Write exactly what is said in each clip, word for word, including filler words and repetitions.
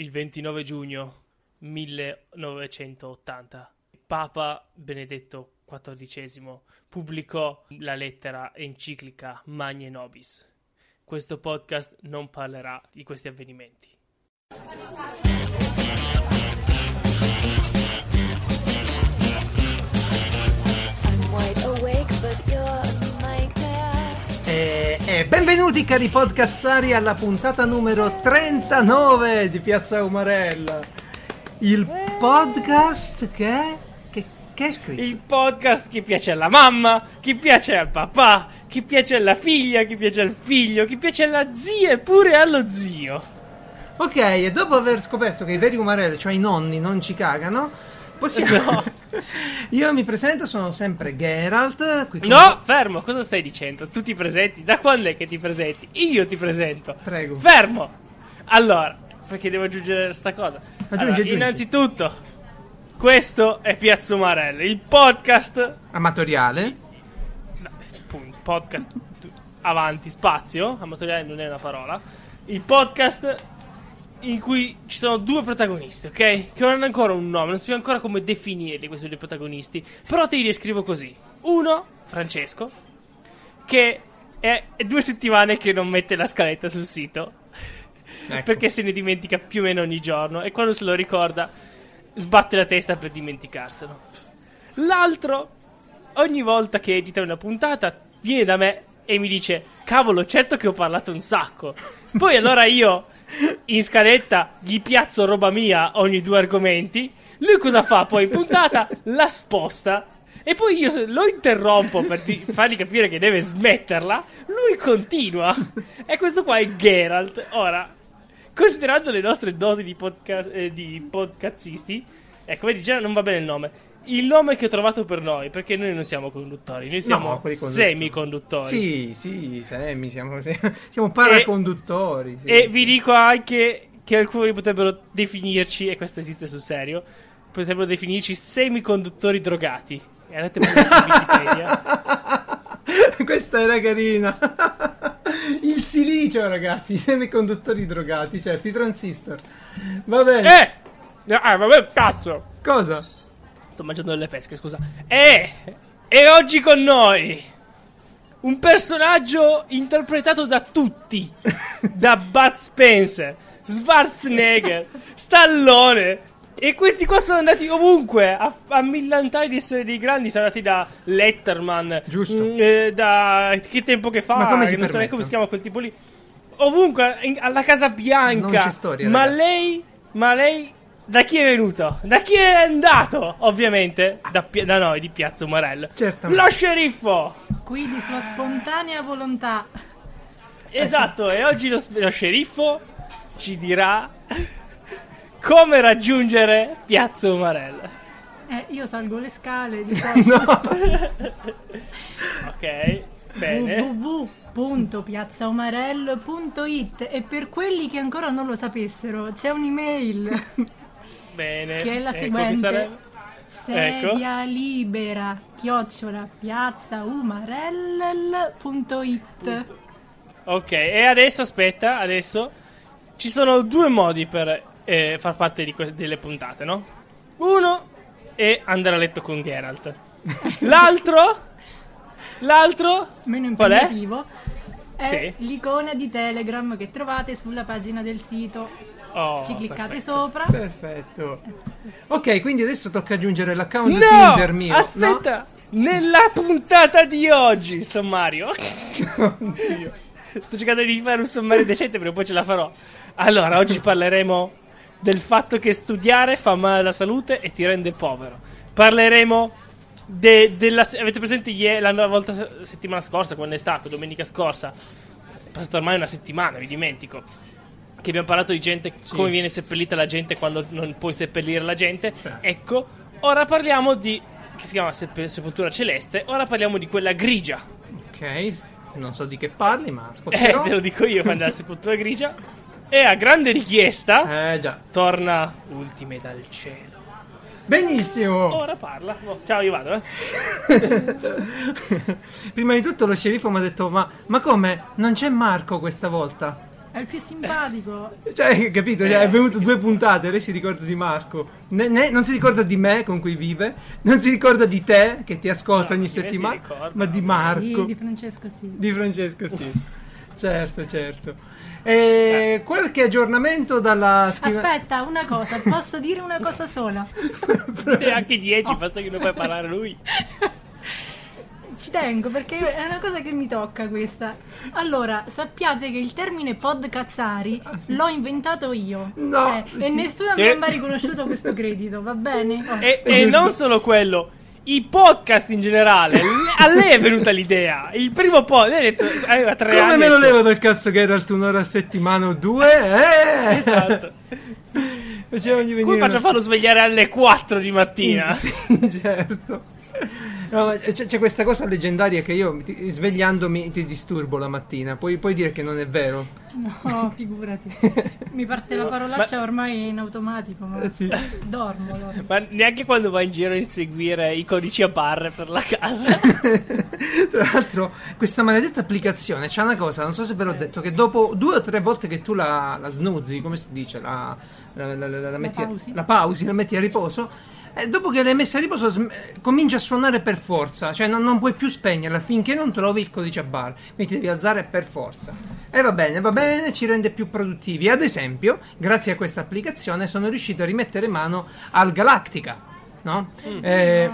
il ventinove giugno millenovecentottanta, Papa Benedetto quattordicesimo pubblicò la lettera enciclica Magnae Nobis. Questo podcast non parlerà di questi avvenimenti. E, e benvenuti cari podcazzari alla puntata numero trentanove di Piazza Umarella, il podcast che, che, che è scritto? Il podcast che piace alla mamma, che piace al papà, che piace alla figlia, che piace al figlio, che piace alla zia e pure allo zio. Ok, e dopo aver scoperto che i veri Umarella, cioè i nonni, non ci cagano, possiamo... No. Io mi presento, sono sempre Geralt. Qui con... No, fermo, cosa stai dicendo? Tu ti presenti? Da quando è che ti presenti? Io ti presento. Prego. Fermo. Allora, perché devo aggiungere questa cosa. Aggiungi, allora, aggiungi. Innanzitutto, questo è Piazza Umarella, il podcast... Amatoriale. No, appunto, podcast avanti, spazio. Amatoriale non è una parola. Il podcast... in cui ci sono due protagonisti, ok? Che non hanno ancora un nome, non sappiamo ancora come definirli questi due protagonisti. Però te li descrivo così. Uno, Francesco, che è, è due settimane che non mette la scaletta sul sito, ecco. Perché se ne dimentica più o meno ogni giorno. E quando se lo ricorda sbatte la testa per dimenticarselo. L'altro, ogni volta che edita una puntata, viene da me e mi dice: cavolo, certo che ho parlato un sacco. Poi allora io in scaletta gli piazzo roba mia ogni due argomenti. Lui cosa fa? Poi in puntata la sposta e poi io lo interrompo per di- fargli capire che deve smetterla. Lui continua. E questo qua è Geralt. Ora, considerando le nostre doti di, podca- eh, di podcazzisti, ecco, vedi, già non va bene il nome. Il nome che ho trovato per noi, perché noi non siamo conduttori, noi siamo No, quelli conduttori. semiconduttori. Sì, sì, semi, siamo, siamo paraconduttori. E, sì, e vi dico anche che alcuni potrebbero definirci, e questo esiste sul serio, potrebbero definirci semiconduttori drogati. E andate pure su Wikipedia. Questa era carina. Il silicio, ragazzi, i semiconduttori drogati, certo, i transistor. Va bene. Eh! Ah, vabbè, cazzo! Cosa? Sto mangiando delle pesche, scusa. E, e oggi con noi un personaggio interpretato da tutti. Da Bud Spencer, Schwarzenegger, Stallone. E questi qua sono andati ovunque. A, a millantare di essere dei grandi. Sono andati da Letterman. Giusto. mh, eh, Da che tempo che fa. Ma come si che non so neanche permettono? come si chiama quel tipo lì. Ovunque, in- alla Casa Bianca. Non c'è storia, Ma ragazzi. lei Ma lei da chi è venuto? Da chi è andato? Ovviamente da, Pi- da noi di Piazza Umarella. Certamente. Lo sceriffo. Qui di sua spontanea volontà. Esatto. E oggi lo, lo sceriffo ci dirà come raggiungere Piazza Umarella. Eh, io salgo le scale di solito. No. Ok, bene. w w w punto piazzaumarell punto it. E per quelli che ancora non lo sapessero, c'è un'email Bene. che è la Ecco, che seguente: sarebbe- sedia libera chiocciola piazzaumarell punto it. Ok, e adesso aspetta, adesso ci sono due modi per eh, far parte di que- delle puntate, no? Uno è andare a letto con Geralt. L'altro L'altro Meno qual è? impegnativo è Sì. l'icona di Telegram che trovate sulla pagina del sito. Oh, Ci cliccate perfetto. sopra. Perfetto. Ok, quindi adesso tocca aggiungere l'account No! Tinder mio. Aspetta! Nella puntata di oggi, sommario. No? Oddio. Sto cercando di fare un sommario decente, però poi ce la farò. Allora, oggi parleremo del fatto che studiare fa male alla salute e ti rende povero. Parleremo de- della... Avete presente ieri, la volta settimana scorsa, quando è stato, domenica scorsa? È passata ormai una settimana, mi dimentico. Che abbiamo parlato di gente, Sì. come viene seppellita la gente quando non puoi seppellire la gente. Sì. Ecco, ora parliamo di... che si chiama sepp- sepoltura celeste. Ora parliamo di quella grigia. Ok, non so di che parli, ma Eh, ascolterò. te lo dico io, quando è la sepoltura grigia. E a grande richiesta Eh già. torna Ultime dal cielo. Benissimo. Ora parla. Oh, ciao, io vado, eh. Prima di tutto lo sceriffo mi ha detto: ma, ma come? Non c'è Marco questa volta? È il più simpatico. Cioè, capito? Cioè, è venuto due puntate, lei si ricorda di Marco. Ne- ne- non si ricorda di me con cui vive, non si ricorda di te che ti ascolta No, ogni di me si settimana, ricorda, ma di no? Marco. Sì, di Francesco sì. Di Francesco, sì. Certo, certo. E qualche aggiornamento dalla scrivania. Aspetta, una cosa, posso dire una cosa sola? E anche dieci, basta che non puoi parlare lui. Ci tengo perché è una cosa che mi tocca questa. Allora, sappiate che il termine podcazzari l'ho inventato io. No, Eh, sì. e nessuno mi ha mai riconosciuto questo credito, va bene? Oh. E, e non solo quello, i podcast in generale. A lei è venuta l'idea. Il primo podcast, lei ha detto, aveva tre Come anni. me lo ha detto, levo dal cazzo che era il un'ora a settimana o due? Eh! Esatto. Facevogli venire Come faccio a una- farlo svegliare alle quattro di mattina? Sì, certo. No, ma c'è, c'è questa cosa leggendaria che io ti- svegliandomi ti disturbo la mattina. Puoi, puoi dire che non è vero? No, figurati. Mi parte la parolaccia ormai in automatico, ma Eh, sì. dormo allora. Ma neanche quando vai in giro a inseguire i codici a barre per la casa. Tra l'altro, questa maledetta applicazione c'ha una cosa, non so se ve l'ho detto, che dopo due o tre volte che tu la, la snuzzi, come si dice, la, la, la, la, la metti a- pausi. la pausi, la metti a riposo. E dopo che l'hai messa a riposo sm- comincia a suonare per forza, cioè non, non puoi più spegnerla finché non trovi il codice a barre, quindi ti devi alzare per forza. E va bene, va bene, ci rende più produttivi. Ad esempio, grazie a questa applicazione sono riuscito a rimettere mano al Galactica, no? Eh,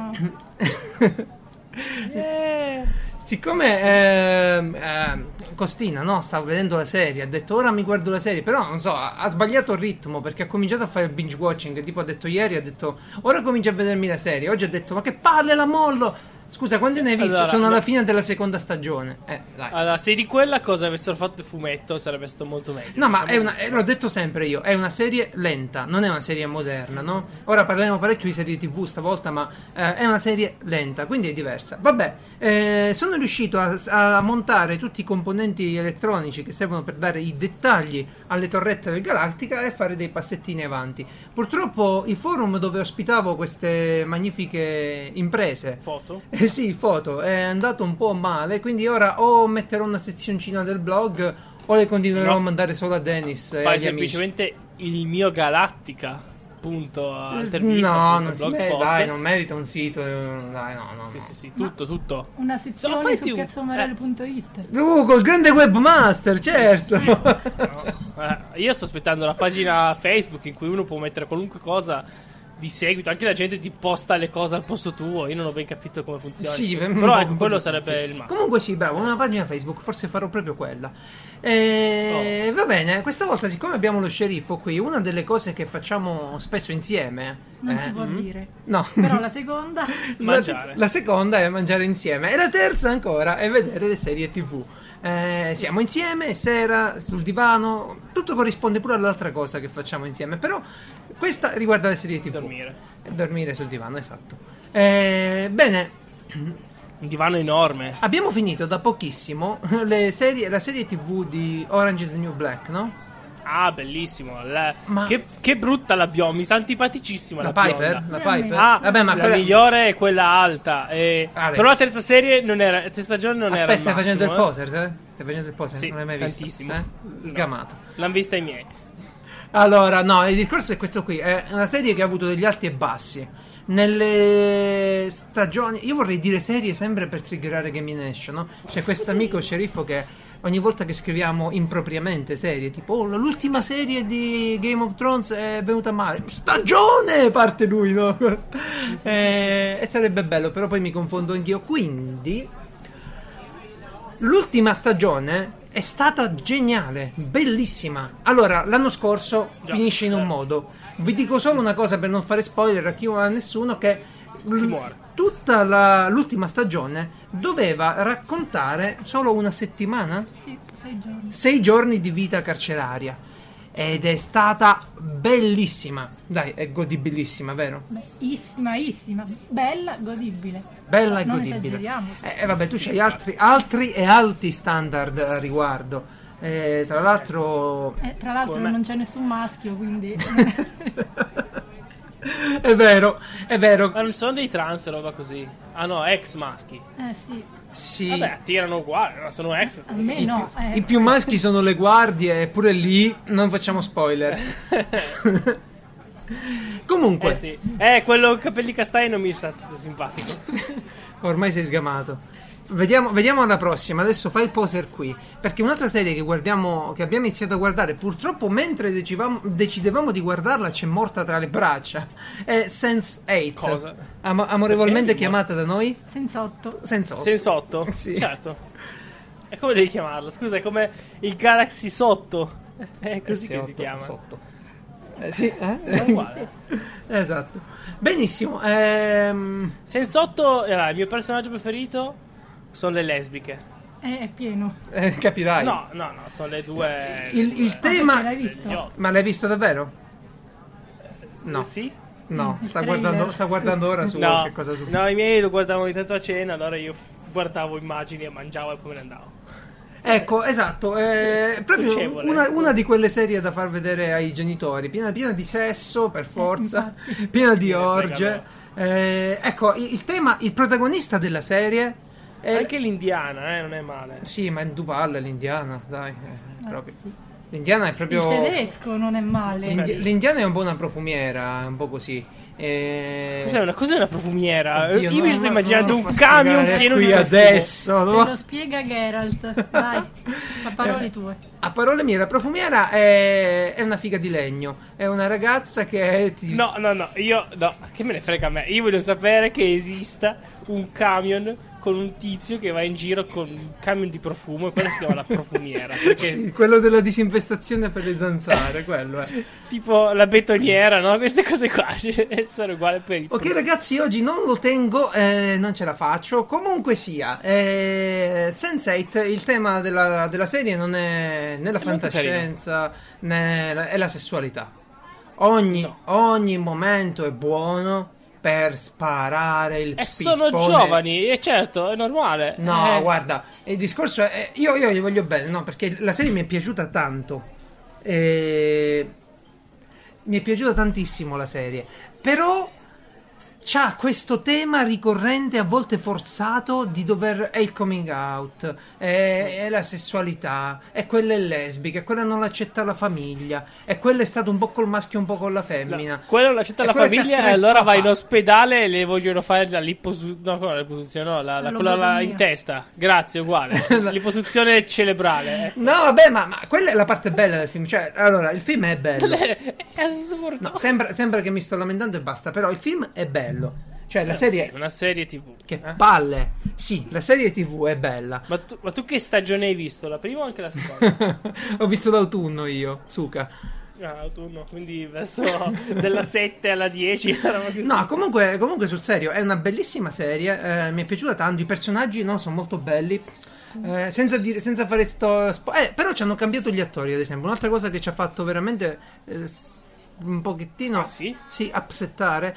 Eh. Siccome ehm, ehm, Costina, no, stava vedendo la serie, ha detto ora mi guardo la serie, però non so, ha, ha sbagliato il ritmo perché ha cominciato a fare il binge watching, tipo ha detto ieri, ha detto ora comincio a vedermi la serie, oggi ha detto ma che palle la mollo, scusa quante ne hai viste? Allora, Sono alla no. fine della seconda stagione, eh dai. Allora, se di quella cosa avessero fatto il fumetto sarebbe stato molto meglio. No, ma Diciamo- è una, eh, l'ho detto sempre io, è una serie lenta, non è una serie moderna, no? Ora parleremo parecchio di serie tivù stavolta, ma eh, è una serie lenta, quindi è diversa. Vabbè, eh, sono riuscito a, a montare tutti i componenti elettronici che servono per dare i dettagli alle torrette del Galactica e fare dei passettini avanti. Purtroppo i forum dove ospitavo queste magnifiche imprese, Foto? eh sì, foto, è andato un po' male, quindi ora o metterò una sezioncina del blog o le continuerò No. a mandare solo a Dennis e Fai agli amici. semplicemente il mio Galactica. Punto intervista. No, punto non si blogspot. me- dai, non merita un sito, eh, dai, no, no, Sì, no. sì, sì, tutto, tutto. Una Se lo sezione fai su tu- piazzomarello punto it. Uh, col grande webmaster, certo. No, eh, io sto aspettando la pagina Facebook in cui uno può mettere qualunque cosa di seguito. Anche la gente ti posta le cose al posto tuo. Io non ho ben capito come funziona. Sì, un però po', ecco, un po' quello di sarebbe tutti. il massimo. Comunque sì, bravo, una pagina Facebook, forse farò proprio quella. E va bene, questa volta siccome abbiamo lo sceriffo qui, una delle cose che facciamo spesso insieme Non eh, si può dire. no. Però la seconda... La, se- Mangiare. la seconda è mangiare insieme e la terza ancora è vedere le serie tivù. Eh, siamo insieme, sera, sul divano, tutto corrisponde pure all'altra cosa che facciamo insieme, però questa riguarda le serie tivù. Dormire. E dormire sul divano, esatto. Eh, bene, Un divano enorme. abbiamo finito da pochissimo le serie, la serie tivù di Orange is the New Black, no? Ah, bellissimo. La- Ma- che, che brutta la bionda. Mi sta antipaticissima la, La Piper? bionda. La Piper? Ah, Vabbè, ma la quella... migliore è quella alta. e- Alex. Però la terza serie non era. La terza stagione non Aspetta, era. stai il facendo il massimo, eh. poser, eh? Stai facendo il poser? Sì, non l'hai mai visto? tantissimo. Eh? Sgamato. L'hanno vista i miei. Allora, no, il discorso è questo qui. È una serie che ha avuto degli alti e bassi. Nelle stagioni... Io vorrei dire serie sempre per triggerare Game Nation, no? C'è questo amico sceriffo che ogni volta che scriviamo impropriamente serie, tipo oh, l'ultima serie di Game of Thrones è venuta male. Stagione! Parte lui, no? e, e sarebbe bello, però poi mi confondo anch'io. Quindi... L'ultima stagione è stata geniale, bellissima. Allora, l'anno scorso Già, finisce in un eh. modo. Vi dico solo una cosa per non fare spoiler a chi a nessuno che l- muore? tutta la- l'ultima stagione doveva raccontare solo una settimana, Sì, sei giorni. sei giorni di vita carceraria. Ed è stata bellissima. Dai, è godibilissima, vero? Bellissima, issima, bella, godibile. Bella e Non godibile. esageriamo. Eh, vabbè, tu c'hai altri, altri e alti standard a riguardo. Eh, tra l'altro, Eh, tra l'altro Come me. non c'è nessun maschio, quindi... è vero, è vero. Ma non sono dei trans e roba così. Ah no, ex maschi. eh sì. Sì. Vabbè, attirano uguali, no? Sono ex. A me no. eh. I più maschi sono le guardie, eppure lì non facciamo spoiler. Comunque, Eh sì. Eh, quello con capelli castani non mi sta tanto simpatico. ormai sei sgamato. Vediamo, vediamo alla prossima. Adesso fai il poser qui. Perché un'altra serie che guardiamo, che abbiamo iniziato a guardare, purtroppo mentre decidevamo, decidevamo di guardarla, c'è morta tra le braccia. È sense eight. Cosa? Am- amorevolmente Perché? chiamata da noi Senz'otto. sense eight. Sensotto? Sì. Certo. E come devi chiamarlo? Scusa, è come il Galaxy Sotto. È così Eh sì, che si otto, chiama. sotto. Eh, sì, eh? È uguale. Esatto. Benissimo. Ehm... Sensotto era il mio personaggio preferito. Sono le lesbiche. Eh, è pieno. eh, capirai. No, no, no, sono le due. Il, il Ah, tema. perché l'hai visto? Io- Ma l'hai visto davvero? No. Eh, Sì? No, Il sta trailer. guardando, sta guardando ora su No, che cosa su. no, i miei lo guardavano di tanto a cena, allora io f- guardavo immagini e mangiavo e poi me ne andavo. Ecco, esatto, è proprio Socievole. una, una di quelle serie da far vedere ai genitori, piena, piena di sesso, per forza, infatti. piena di Chi ne frega orge. loro. Eh, ecco, il, il tema, il protagonista della serie è... Anche l'indiana, eh, non è male. Sì, ma è Duval, l'indiana, dai, eh, proprio. sì. L'indiana è proprio... Il tedesco non è male. L'indi- L'indiana è un po' una profumiera, è un po' così. Eh... Cos'è una, cos'è una profumiera? Oddio, Io no, mi sto no, immaginando non un lo fa camion spiegare pieno qui di profumo. adesso. Te no? lo spiega Geralt. Vai, a parole tue. A parole mie, la profumiera è, è una figa di legno. È una ragazza che ti... No, no, no, io no, che me ne frega a me. Io voglio sapere che esista un camion con un tizio che va in giro con un camion di profumo e quella si chiama la profumiera. Perché Sì, quello della disinfestazione per le zanzare, quello è. tipo la betoniera, no? Queste cose qua cioè, sono uguali per il Ok ragazzi, oggi non lo tengo, eh, non ce la faccio. Comunque sia, eh, sense eight, il tema della, della serie non è né la È molto fantascienza né la, è la sessualità. Ogni, No. ogni momento è buono per sparare il E sono pippone. giovani, e certo, è normale. No, Eh, guarda, il discorso è... Io, io gli voglio bene, no? Perché la serie mi è piaciuta tanto. E... Mi è piaciuta tantissimo la serie. Però c'ha questo tema ricorrente, a volte forzato, di dover... È il coming out, è, è la sessualità, è quella è lesbica, è quella non l'accetta la famiglia, è quella è stato un po' col maschio, un po' con la femmina. no, quello l'accetta E la quella c'ha famiglia tre e allora va in papà. ospedale e le vogliono fare la liposuzione. No, come la liposuzione? No, la, la, quella là Lobotomia. in testa. Grazie, uguale. Liposuzione cerebrale. Eh. No, vabbè, ma, ma quella è la parte bella del film. Cioè, allora, il film è bello. È assurdo. No, sembra, sembra che mi sto lamentando e basta, però il film è bello. Cioè, la Eh, serie... sì, una serie tivù. Che eh? palle! Sì, la serie tivù è bella. Ma tu, ma tu che stagione hai visto? La prima o anche la seconda? Ho visto l'autunno io, Suka. Ah, autunno, quindi verso dalla sette alla dieci. eravamo così. No, comunque, comunque sul serio, è una bellissima serie, eh, mi è piaciuta tanto, i personaggi no, sono molto belli. Eh, senza, dire, senza fare sto spo- eh, però ci hanno cambiato gli attori, ad esempio. Un'altra cosa che ci ha fatto veramente eh, s- un pochettino Ah, sì? sì, upsettare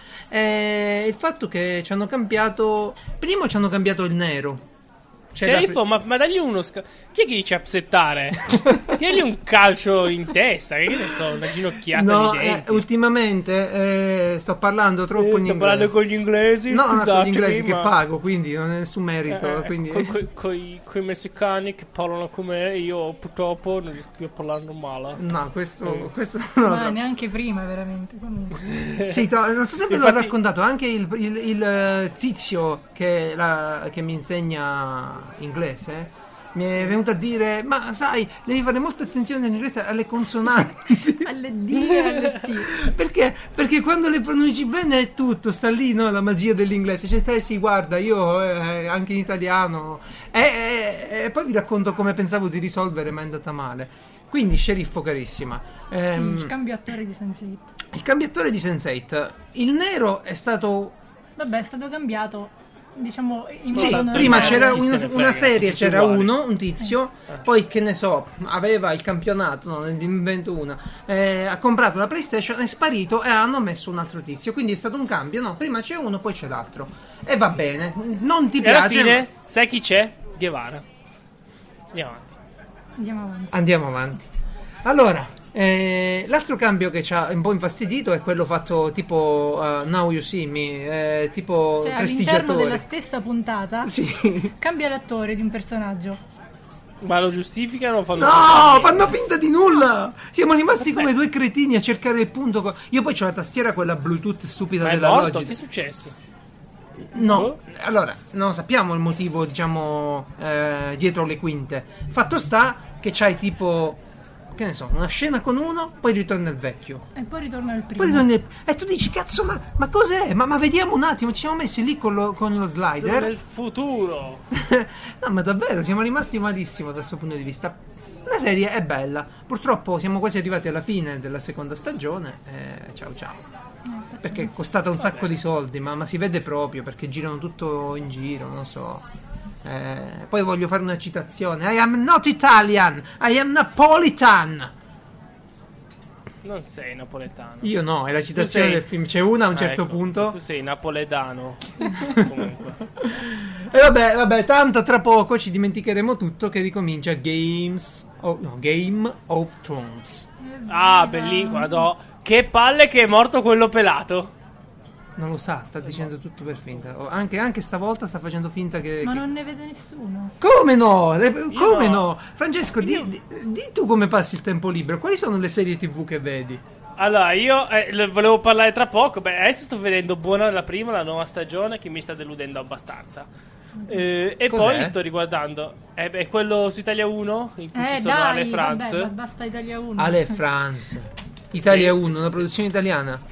è il fatto che ci hanno cambiato. Primo ci hanno cambiato il nero. Cioè, da- Sceriffo, ma, ma dagli uno. Sca- Chi è che dice upsettare? Tieni un calcio in testa. Che ne so, una ginocchiata No, nei eh, denti. ultimamente eh, sto parlando troppo Eh, in sto inglese. parlando con gli inglesi. No, no, con gli scusatemi, inglesi che ma- pago, quindi non è nessun merito. Eh, quindi... co- co- coi, coi messicani che parlano come io purtroppo non riesco più a parlare normale. No, questo, Eh. questo no, Ma troppo. neanche prima, veramente. Comunque. Sì, to- non so se ve l'ho Infatti- raccontato, anche il, il- il, eh, tizio che, la- che mi insegna inglese mi è venuto a dire: ma sai, devi fare molta attenzione in inglese alle consonanti. Alle D e alle T. Perché? Perché quando le pronunci bene è tutto, sta lì, no? La magia dell'inglese. Cioè, te, sì, guarda, io eh, anche in italiano. E, e- e poi vi racconto come pensavo di risolvere, ma è andata male. Quindi, sceriffo carissima. ehm, Sì, il cambio attore di sense eight. il cambiatore di sense eight, il nero è stato. Vabbè, è stato cambiato, diciamo, in Sì, modo prima normale. c'era chi se una, ne frega, una serie, tutti c'era uguali. uno, un tizio, poi che ne so, aveva il campionato, no, ne invento una, eh, ha comprato la PlayStation, è sparito e hanno messo un altro tizio, quindi è stato un cambio, no, prima c'è uno, poi c'è l'altro. E va bene, non ti E alla piace? fine, ma- sai chi c'è? Guevara. Andiamo avanti. Andiamo avanti. Andiamo avanti. Allora, Eh, l'altro cambio che ci ha un po' infastidito è quello fatto tipo uh, Now You See Me, eh, tipo Cioè, all'interno prestigiatore. della stessa puntata Sì. cambia l'attore di un personaggio. Ma lo giustificano o fanno No, finta? fanno finta di nulla. Siamo rimasti Perfetto. come due cretini a cercare il punto. co- Io poi c'ho la tastiera quella Bluetooth stupida Ma è della morto? Che è Logitech. successo? No, allora, non sappiamo il motivo, diciamo, eh, dietro le quinte. Fatto sta che c'hai tipo, che ne so, una scena con uno, poi ritorna il vecchio. E poi ritorna al primo. Poi ritorna il... E tu dici, cazzo, ma, ma cos'è? Ma, ma vediamo un attimo, ci siamo messi lì con lo, con lo Sono slider. nel futuro. No, ma davvero, siamo rimasti malissimo da questo punto di vista. La serie è bella. Purtroppo siamo quasi arrivati alla fine della seconda stagione. Eh, ciao ciao. Perché è costata un sacco di soldi, ma, ma si vede proprio perché girano tutto in giro, non so. Eh, poi voglio fare una citazione. I am not Italian, I am Napolitan. Non sei napoletano. Io no, è la citazione sei- del film. C'è una a un Ah, certo ecco, punto. Tu sei napoletano. Comunque. E vabbè, vabbè, tanto tra poco ci dimenticheremo tutto che ricomincia Games of, no, Game of Thrones. Ah, bellissimo. Guarda, che palle che è morto quello pelato. Non lo sa, sta dicendo tutto per finta. O Anche, anche stavolta sta facendo finta che... Ma che- non ne vede nessuno. Come no? Le- Come no. no? Francesco, di, di- di tu come passi il tempo libero. Quali sono le serie tv che vedi? Allora, io eh, le- volevo parlare tra poco. Beh, adesso sto vedendo buona la prima, la nuova stagione, che mi sta deludendo abbastanza. Eh, e Cos'è? poi sto riguardando. Eh, beh, quello su Italia uno, in cui Eh ci sono Ale dai, Franz. vabbè, ba- basta Italia uno. Ale France. Italia Sì, sì, uno, sì, una sì. produzione italiana.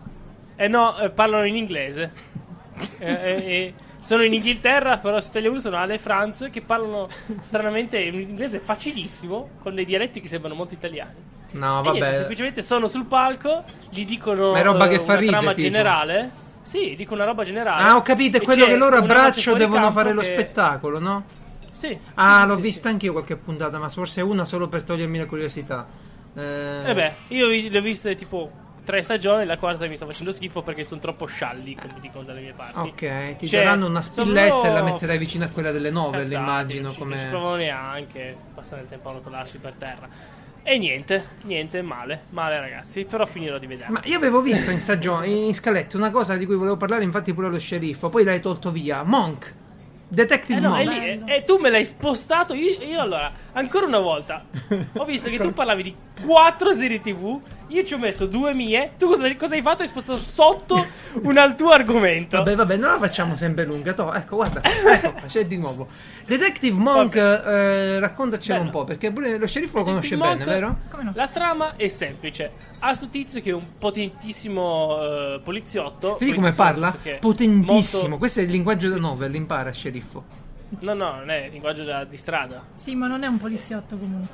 Eh no, eh, parlano in inglese. Eh, eh, eh, sono in Inghilterra, però su Italia uno sono Ale Franz che parlano stranamente in inglese facilissimo, con dei dialetti che sembrano molto italiani. No, E niente, vabbè. semplicemente sono sul palco, gli dicono Ma è roba eh, che fa una ridere, trama tipo. generale. Sì, dicono una roba generale. Ah, ho capito, è E quello c'è che loro a una voce braccio fuori devono campo fare lo che- spettacolo, no? Sì. Ah, sì, l'ho sì, vista anch'io qualche puntata, ma forse una solo per togliermi la curiosità. Eh, sì. E beh, io vi- le ho viste tipo tre stagioni, la quarta mi sta facendo schifo perché sono troppo scialli, come dicono dalle mie parti. Ok, ti Cioè, daranno una sono spilletta e la proprio metterai vicino a quella delle novel, scazzati, immagino. non ci- Come... non ci provano neanche, passano il tempo a rotolarsi per terra. E niente, niente, male, male ragazzi, però finirò di vedere. Ma io avevo visto in stagione, in scaletta, una cosa di cui volevo parlare, infatti pure lo sceriffo, poi l'hai tolto via. Monk, Detective Eh no, Monk. è lì, e, e tu me l'hai spostato. Io, io allora, ancora una volta, ho visto che tu parlavi di quattro serie tivù. Io ci ho messo due mie. Tu cosa, cosa hai fatto? Hai spostato sotto un al tuo argomento. Vabbè, vabbè, non la facciamo sempre lunga. Toh, ecco, guarda, ecco, qua, c'è di nuovo. Detective Monk, eh, raccontacelo Bello. un po', perché pure lo sceriffo lo conosce Detective bene, Monk, vero? Come no? La trama è semplice. Ha sto tizio che è un potentissimo eh, poliziotto. Vedi come Potentissimo nel parla? senso che è Potentissimo. molto- Questo è il linguaggio da novel, impara, sceriffo. No, no, non è il linguaggio da- di strada. Sì, ma non è un poliziotto comunque.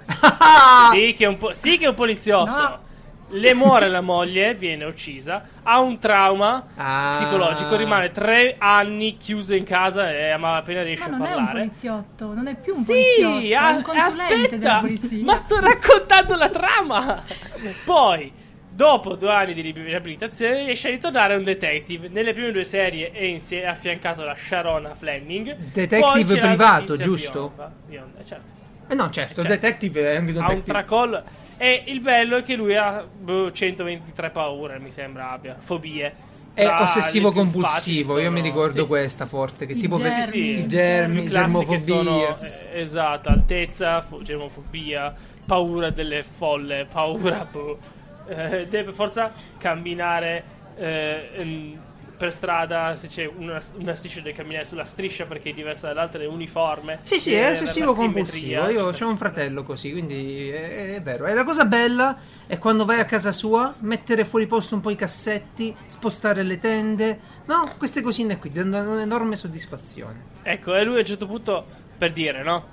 Sì, che è un, po- sì che è un poliziotto. No. Le muore la moglie, viene uccisa. Ha un trauma Ah. psicologico. Rimane tre anni chiuso in casa e a malapena riesce Ma a non è un parlare. poliziotto, non è più un Sì, poliziotto, è a- un consulente della aspetta, polizia. ma sto raccontando la trama. Poi, dopo due anni di riabilitazione, riesce a ritornare un detective. Nelle prime due serie è, insie- è affiancato da Sharona Fleming. Detective Poi c'è l'altra privato, tizia giusto? bionda, bionda, certo. Eh no, certo, Cioè, detective è anche un Ha un detective. tracollo. E il bello è che lui ha boh, centoventitré paure, mi sembra abbia, fobie. È Tra ossessivo le più compulsivo, facili io mi sono- ricordo sì. questa forte, che I tipo germi. per- Sì, sì, i germi, le classiche germofobia. sono, eh, esatto, altezza, fo- germofobia, paura delle folle, paura boh, eh, deve per forza camminare eh, ehm, per strada se c'è una, una striscia deve camminare sulla striscia perché è diversa dall'altra, è uniforme. Sì, sì, deve è avere ossessivo la compulsivo. simmetria, Io eccetera. ho un fratello così, quindi è, è vero. E la cosa bella è quando vai a casa sua, mettere fuori posto un po' i cassetti, spostare le tende. No, queste cosine qui danno un'enorme soddisfazione. Ecco, e lui a un certo punto, per dire, no?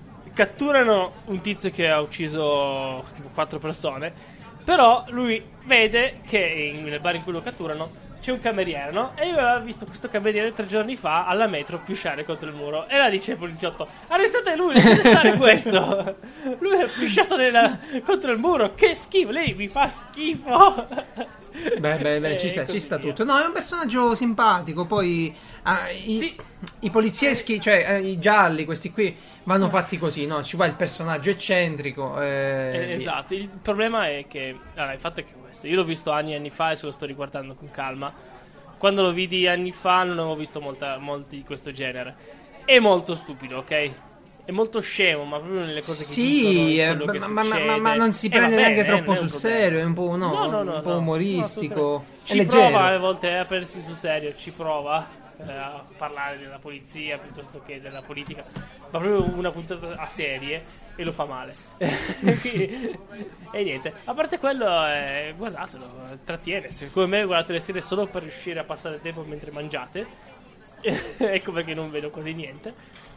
Catturano un tizio che ha ucciso tipo quattro persone, però lui vede che in- nel bar in cui lo catturano c'è un cameriere, no? E io avevo visto questo cameriere tre giorni fa alla metro pisciare contro il muro. E là dice il poliziotto: arrestate lui, lasciate stare questo. Lui è pisciato nella- contro il muro. Che schifo, lei mi fa schifo. Beh, beh, beh, ci, E sta, così ci sta via. tutto. No, è un personaggio simpatico. Poi Ah, i, Sì. i polizieschi, cioè eh, i gialli, questi qui vanno fatti così, no? Ci va il personaggio eccentrico. eh, Eh, via. esatto, il problema è che allora, il fatto è che questo, io l'ho visto anni e anni fa e se lo sto riguardando con calma. Quando lo vidi anni fa non avevo visto molta, molti di questo genere. È molto stupido, ok? È molto scemo, ma proprio nelle cose che dicono, Sì, in eh, quello che ma, ma- ma- succede. ma non si Eh, prende va neanche bene, troppo non è un sul problema. serio, è un po', no, No, no, no, un po' no, umoristico. no, è ci leggero. prova alle volte a prendersi sul serio, ci prova eh, a parlare della polizia piuttosto che della politica, ma proprio una puntata a serie e lo fa male. Quindi- e niente, a parte quello, eh, guardatelo, trattiene. Se come me guardate le serie solo per riuscire a passare il tempo mentre mangiate, ecco perché non vedo quasi niente.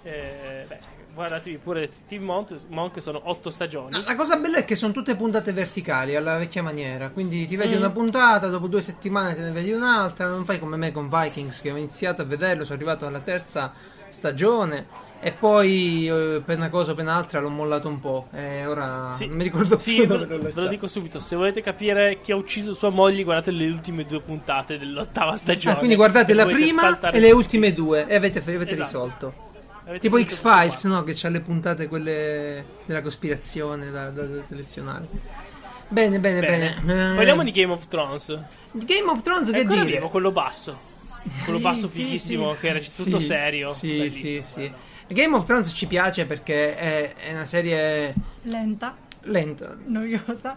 Eh, beh, guardatevi pure Team Monk, Monk sono otto stagioni. No, la cosa bella è che sono tutte puntate verticali alla vecchia maniera, quindi ti vedi Mm. una puntata, dopo due settimane te ne vedi un'altra, non fai come me con Vikings che ho iniziato a vederlo, sono arrivato alla terza stagione e poi eh, per una cosa o per un'altra l'ho mollato un po' e ora Sì. non mi ricordo Sì, più ve, dove l'ho ve lo lasciato. dico subito. Se volete capire chi ha ucciso sua moglie, guardate le ultime due puntate dell'ottava stagione. Ah, quindi guardate E la dovete prima saltare e le tutti. ultime due e avete, avete Esatto. risolto. Avete Tipo finito X-Files, tutto qua. no? Che c'ha le puntate quelle della cospirazione da, da- da selezionare. Bene, bene, bene. Bene. Eh, Parliamo di Game of Thrones. Game of Thrones, che Ancora dire? vivo, quello basso. Quello Sì, basso sì, fighissimo, sì. che era tutto Sì, serio. Sì, Bellissimo, sì, sì. quello. Game of Thrones ci piace perché è, è una serie Lenta, lenta. noiosa.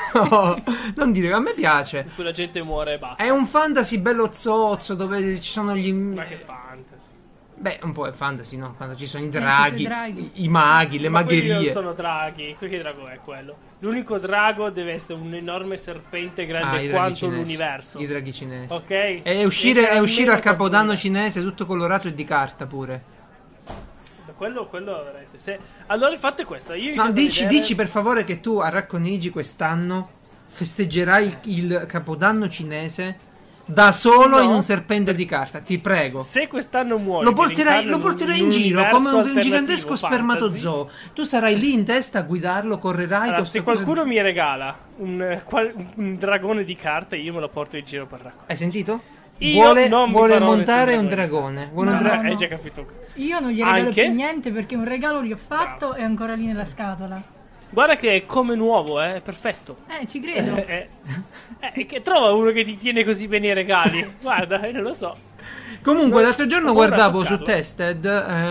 No, non dire, a me piace. In cui la gente muore e basta. È un fantasy bello zozzo dove ci sono gli... Ma che fantasy. Beh, un po' è fantasy, no? Quando ci sono i ci sono draghi, i draghi. i, i maghi, le Ma quelli non magherie. sono draghi. Qui che drago è quello? L'unico drago deve essere un enorme serpente grande Ah, i draghi quanto cinesi. l'universo. I draghi cinesi. Ok? E uscire, Deve e essere uscire al almeno capodanno quanto cinese tutto colorato e di carta pure. l'universo. Quello, quello veramente. Se... Allora fate questo. Io ho No, iniziato a dici, vedere- dici per favore che tu a Racconigi quest'anno festeggerai il capodanno cinese da solo No. in un serpente di carta. Ti prego. Se quest'anno muori, Lo porterai, mi lo reincarno porterai in un giro universo come un, un alternativo gigantesco fantasy. spermatozoo. Tu sarai lì in testa a guidarlo, correrai Allora, con se sta cosa- qualcuno mi regala un, eh, qual- un dragone di carta, io me lo porto in giro per raccogliere. Hai sentito? Io vuole non mi vuole farò montare nessun un dragone. dragone. Vuole un No, dra- no, Hai no. già capito? Io non gli regalo Anche? più niente perché un regalo gli ho fatto Bravo. e è ancora lì nella scatola. Guarda che è come nuovo, eh, è perfetto. Eh, ci credo. Eh, eh, che trova uno che ti tiene così bene i regali. Guarda, io non lo so. Comunque, No, l'altro giorno ho paura a guardavo su toccarlo. Tested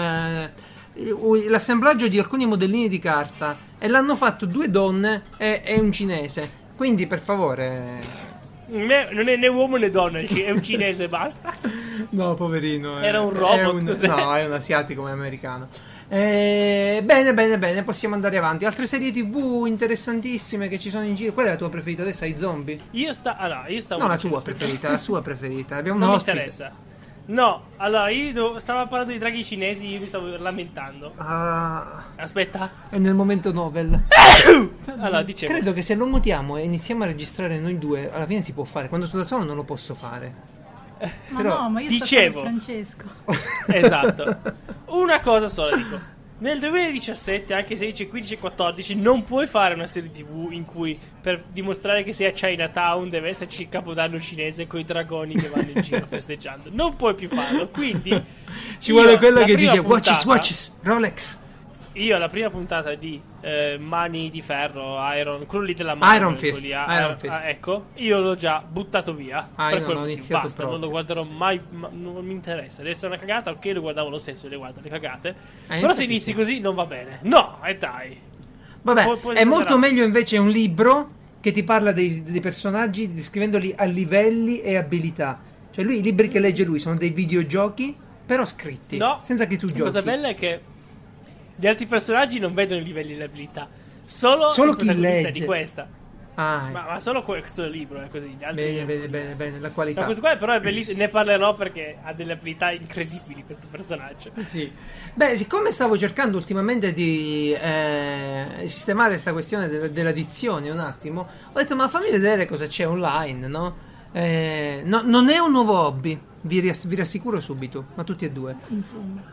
eh, u- l'assemblaggio di alcuni modellini di carta e l'hanno fatto due donne e, e un cinese. Quindi, per favore. Non è, non è né uomo né donna, è un cinese e basta. No, poverino. Era è- un robot, è un- cos'è? No, è un asiatico come americano. Eh, bene, bene, bene, possiamo andare avanti. Altre serie tivù interessantissime che ci sono in giro. Qual è la tua preferita? Adesso hai zombie? Io sta, allora, io stavo No, la dicendo- tua preferita, la sua preferita. Abbiamo Non un mi ospite. interessa. No, allora io do- stavo parlando di draghi cinesi, io mi stavo lamentando. Ah, Aspetta. è nel momento novel. Allora, dicevo. Credo che se lo mutiamo e iniziamo a registrare noi due, alla fine si può fare. Quando sono da solo non lo posso fare. Ma Però- no, ma io dicevo. sto con Francesco. Esatto. Una cosa sola dico. Nel duemiladiciassette, anche sedici, quindici e quattordici, non puoi fare una serie tivù in cui per dimostrare che sei a Chinatown deve esserci il capodanno cinese con i dragoni che vanno in giro festeggiando. Non puoi più farlo. Quindi Ci io, vuole quello la che prima dice watches, puntata- watches, Rolex. Io la prima puntata di eh, Mani di Ferro, Iron, quello lì della mano, Iron quelli Fist, lì, ah, Iron ah, Fist. ecco, io l'ho già buttato via. Ah, per io quel non ho motivo. iniziato Basta, proprio. non lo guarderò mai, ma non mi interessa. Deve essere una cagata, ok, lo guardavo lo stesso, le guardo le cagate. Però infatti se inizi sì. così non va bene. No, e dai. Vabbè, Poi- poi è molto sarà- meglio invece un libro che ti parla dei, dei personaggi descrivendoli a livelli e abilità. Cioè lui, i libri che legge lui sono dei videogiochi, però scritti, No, senza che tu la giochi. cosa bella è che gli altri personaggi non vedono i livelli di abilità. Solo, Solo il chi protagonista legge. di questa. Ah, Ma, ma solo questo libro è così. Gli altri bene, non- bene, bene, bene, la No, qualità. questo qua però è bellissimo, ne parlerò perché ha delle abilità incredibili questo personaggio. Sì. Beh, siccome stavo cercando ultimamente di eh, sistemare questa questione de- dell'addizione un attimo, ho detto ma fammi vedere cosa c'è online, no? Eh, no- non è un nuovo hobby, vi, ris- vi rassicuro subito, ma tutti e due. Insomma.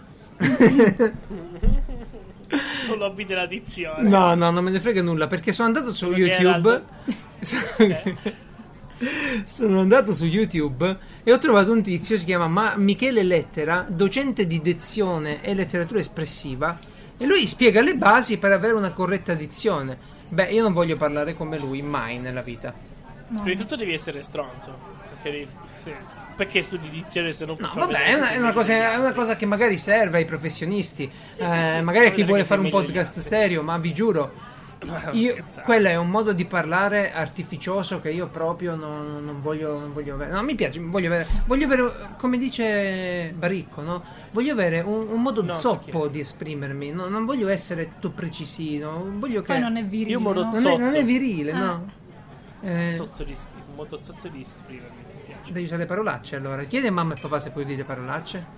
Con l'hobby dell'addizione. No, no, non me ne frega nulla perché sono andato su Quello che YouTube. Sono andato su YouTube e ho trovato un tizio, si chiama Ma- Michele Lettera, docente di dizione e letteratura espressiva, e lui spiega le basi per avere una corretta dizione. Beh, io non voglio parlare come lui mai nella vita. No. Prima di tutto devi essere stronzo. Perché, devi- se- perché studi dizione se non puoi No, far vabbè, vedere è una, che è sei una cosa, meglio è degli una altri? cosa che magari serve ai professionisti, sì, eh, sì, magari a fa chi vedere vuole che fare sei un meglio degli podcast altri. serio, ma vi giuro, Ma non io, scherzare. quello è un modo di parlare artificioso che io proprio non, non voglio, non voglio avere. No, mi piace, voglio avere, voglio avere, come dice Baricco, no? Voglio avere un, un modo No, so zoppo chi è. di esprimermi, no? Non voglio essere tutto precisino, voglio che... Poi non è virile, Io modo no? non è, non è zozzo. virile, Ah. no? Eh, Zozzo di, un modo zozzo di esprimermi. Mi piace. devi usare le parolacce allora. Chiedi a mamma e papà se puoi dire parolacce.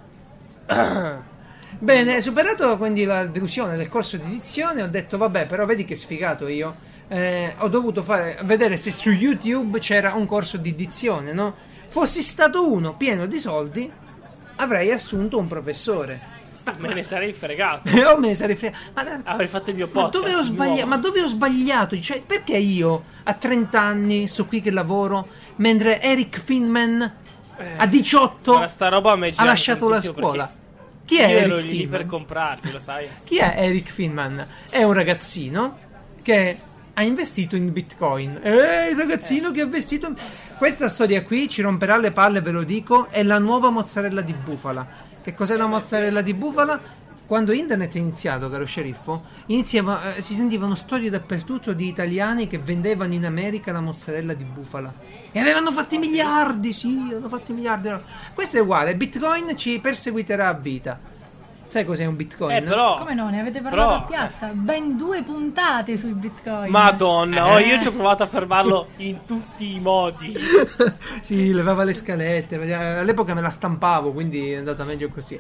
Bene, superato quindi la delusione del corso di dizione, ho detto vabbè, però vedi che sfigato io. Eh, ho dovuto fare vedere se su YouTube c'era un corso di dizione, no? Fossi stato uno pieno di soldi, avrei assunto un professore. Me ne sarei fregato. E oh, me ne sarei fregato. Ma, Avrei fatto il mio ma podcast. dove ho sbagliato? nuovo. Ma dove ho sbagliato? Cioè, perché io a trenta anni sto qui che lavoro, mentre Eric Finman a diciotto Guarda, sta roba a me ha gira lasciato la tantissimo scuola? perché Chi è Io ero Eric lì per Finman? comprarli, lo sai? Chi è Eric Finman? È un ragazzino che ha investito in Bitcoin. Eh, il ragazzino che ha investito in... Questa storia qui ci romperà le palle, ve lo dico, è la nuova mozzarella di bufala. Che cos'è la mozzarella di bufala? Quando internet è iniziato, caro sceriffo, iniziava, eh, si sentivano storie dappertutto di italiani che vendevano in America la mozzarella di bufala. E avevano fatti miliardi, sì, avevano fatti miliardi. No. Questo è uguale, Bitcoin ci perseguiterà a vita. Sai cos'è un Bitcoin? Eh, però. Come no, ne avete parlato Però- a piazza? Ben due puntate sui bitcoin. Madonna, oh, Eh. io ci ho provato a fermarlo in tutti i modi. Sì, levava le scalette. All'epoca me la stampavo, quindi è andata meglio così.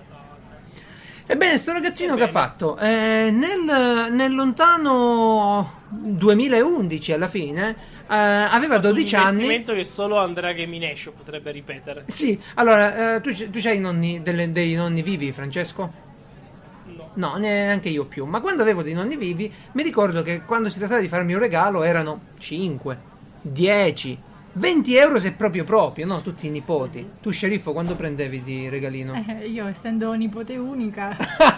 Ebbene, sto ragazzino che ha fatto? Eh, nel, nel lontano duemilaundici, alla fine, eh, aveva dodici Un anni. investimento che solo Andrea Gaminescio potrebbe ripetere. Sì, allora, eh, tu, tu c'hai i nonni, delle- dei nonni vivi, Francesco? No. No, neanche io più. Ma quando avevo dei nonni vivi, mi ricordo che quando si trattava di farmi un regalo erano cinque, dieci, venti euro se proprio proprio, no? Tutti i nipoti. Tu, sceriffo, quando prendevi di regalino? Eh, io essendo nipote unica.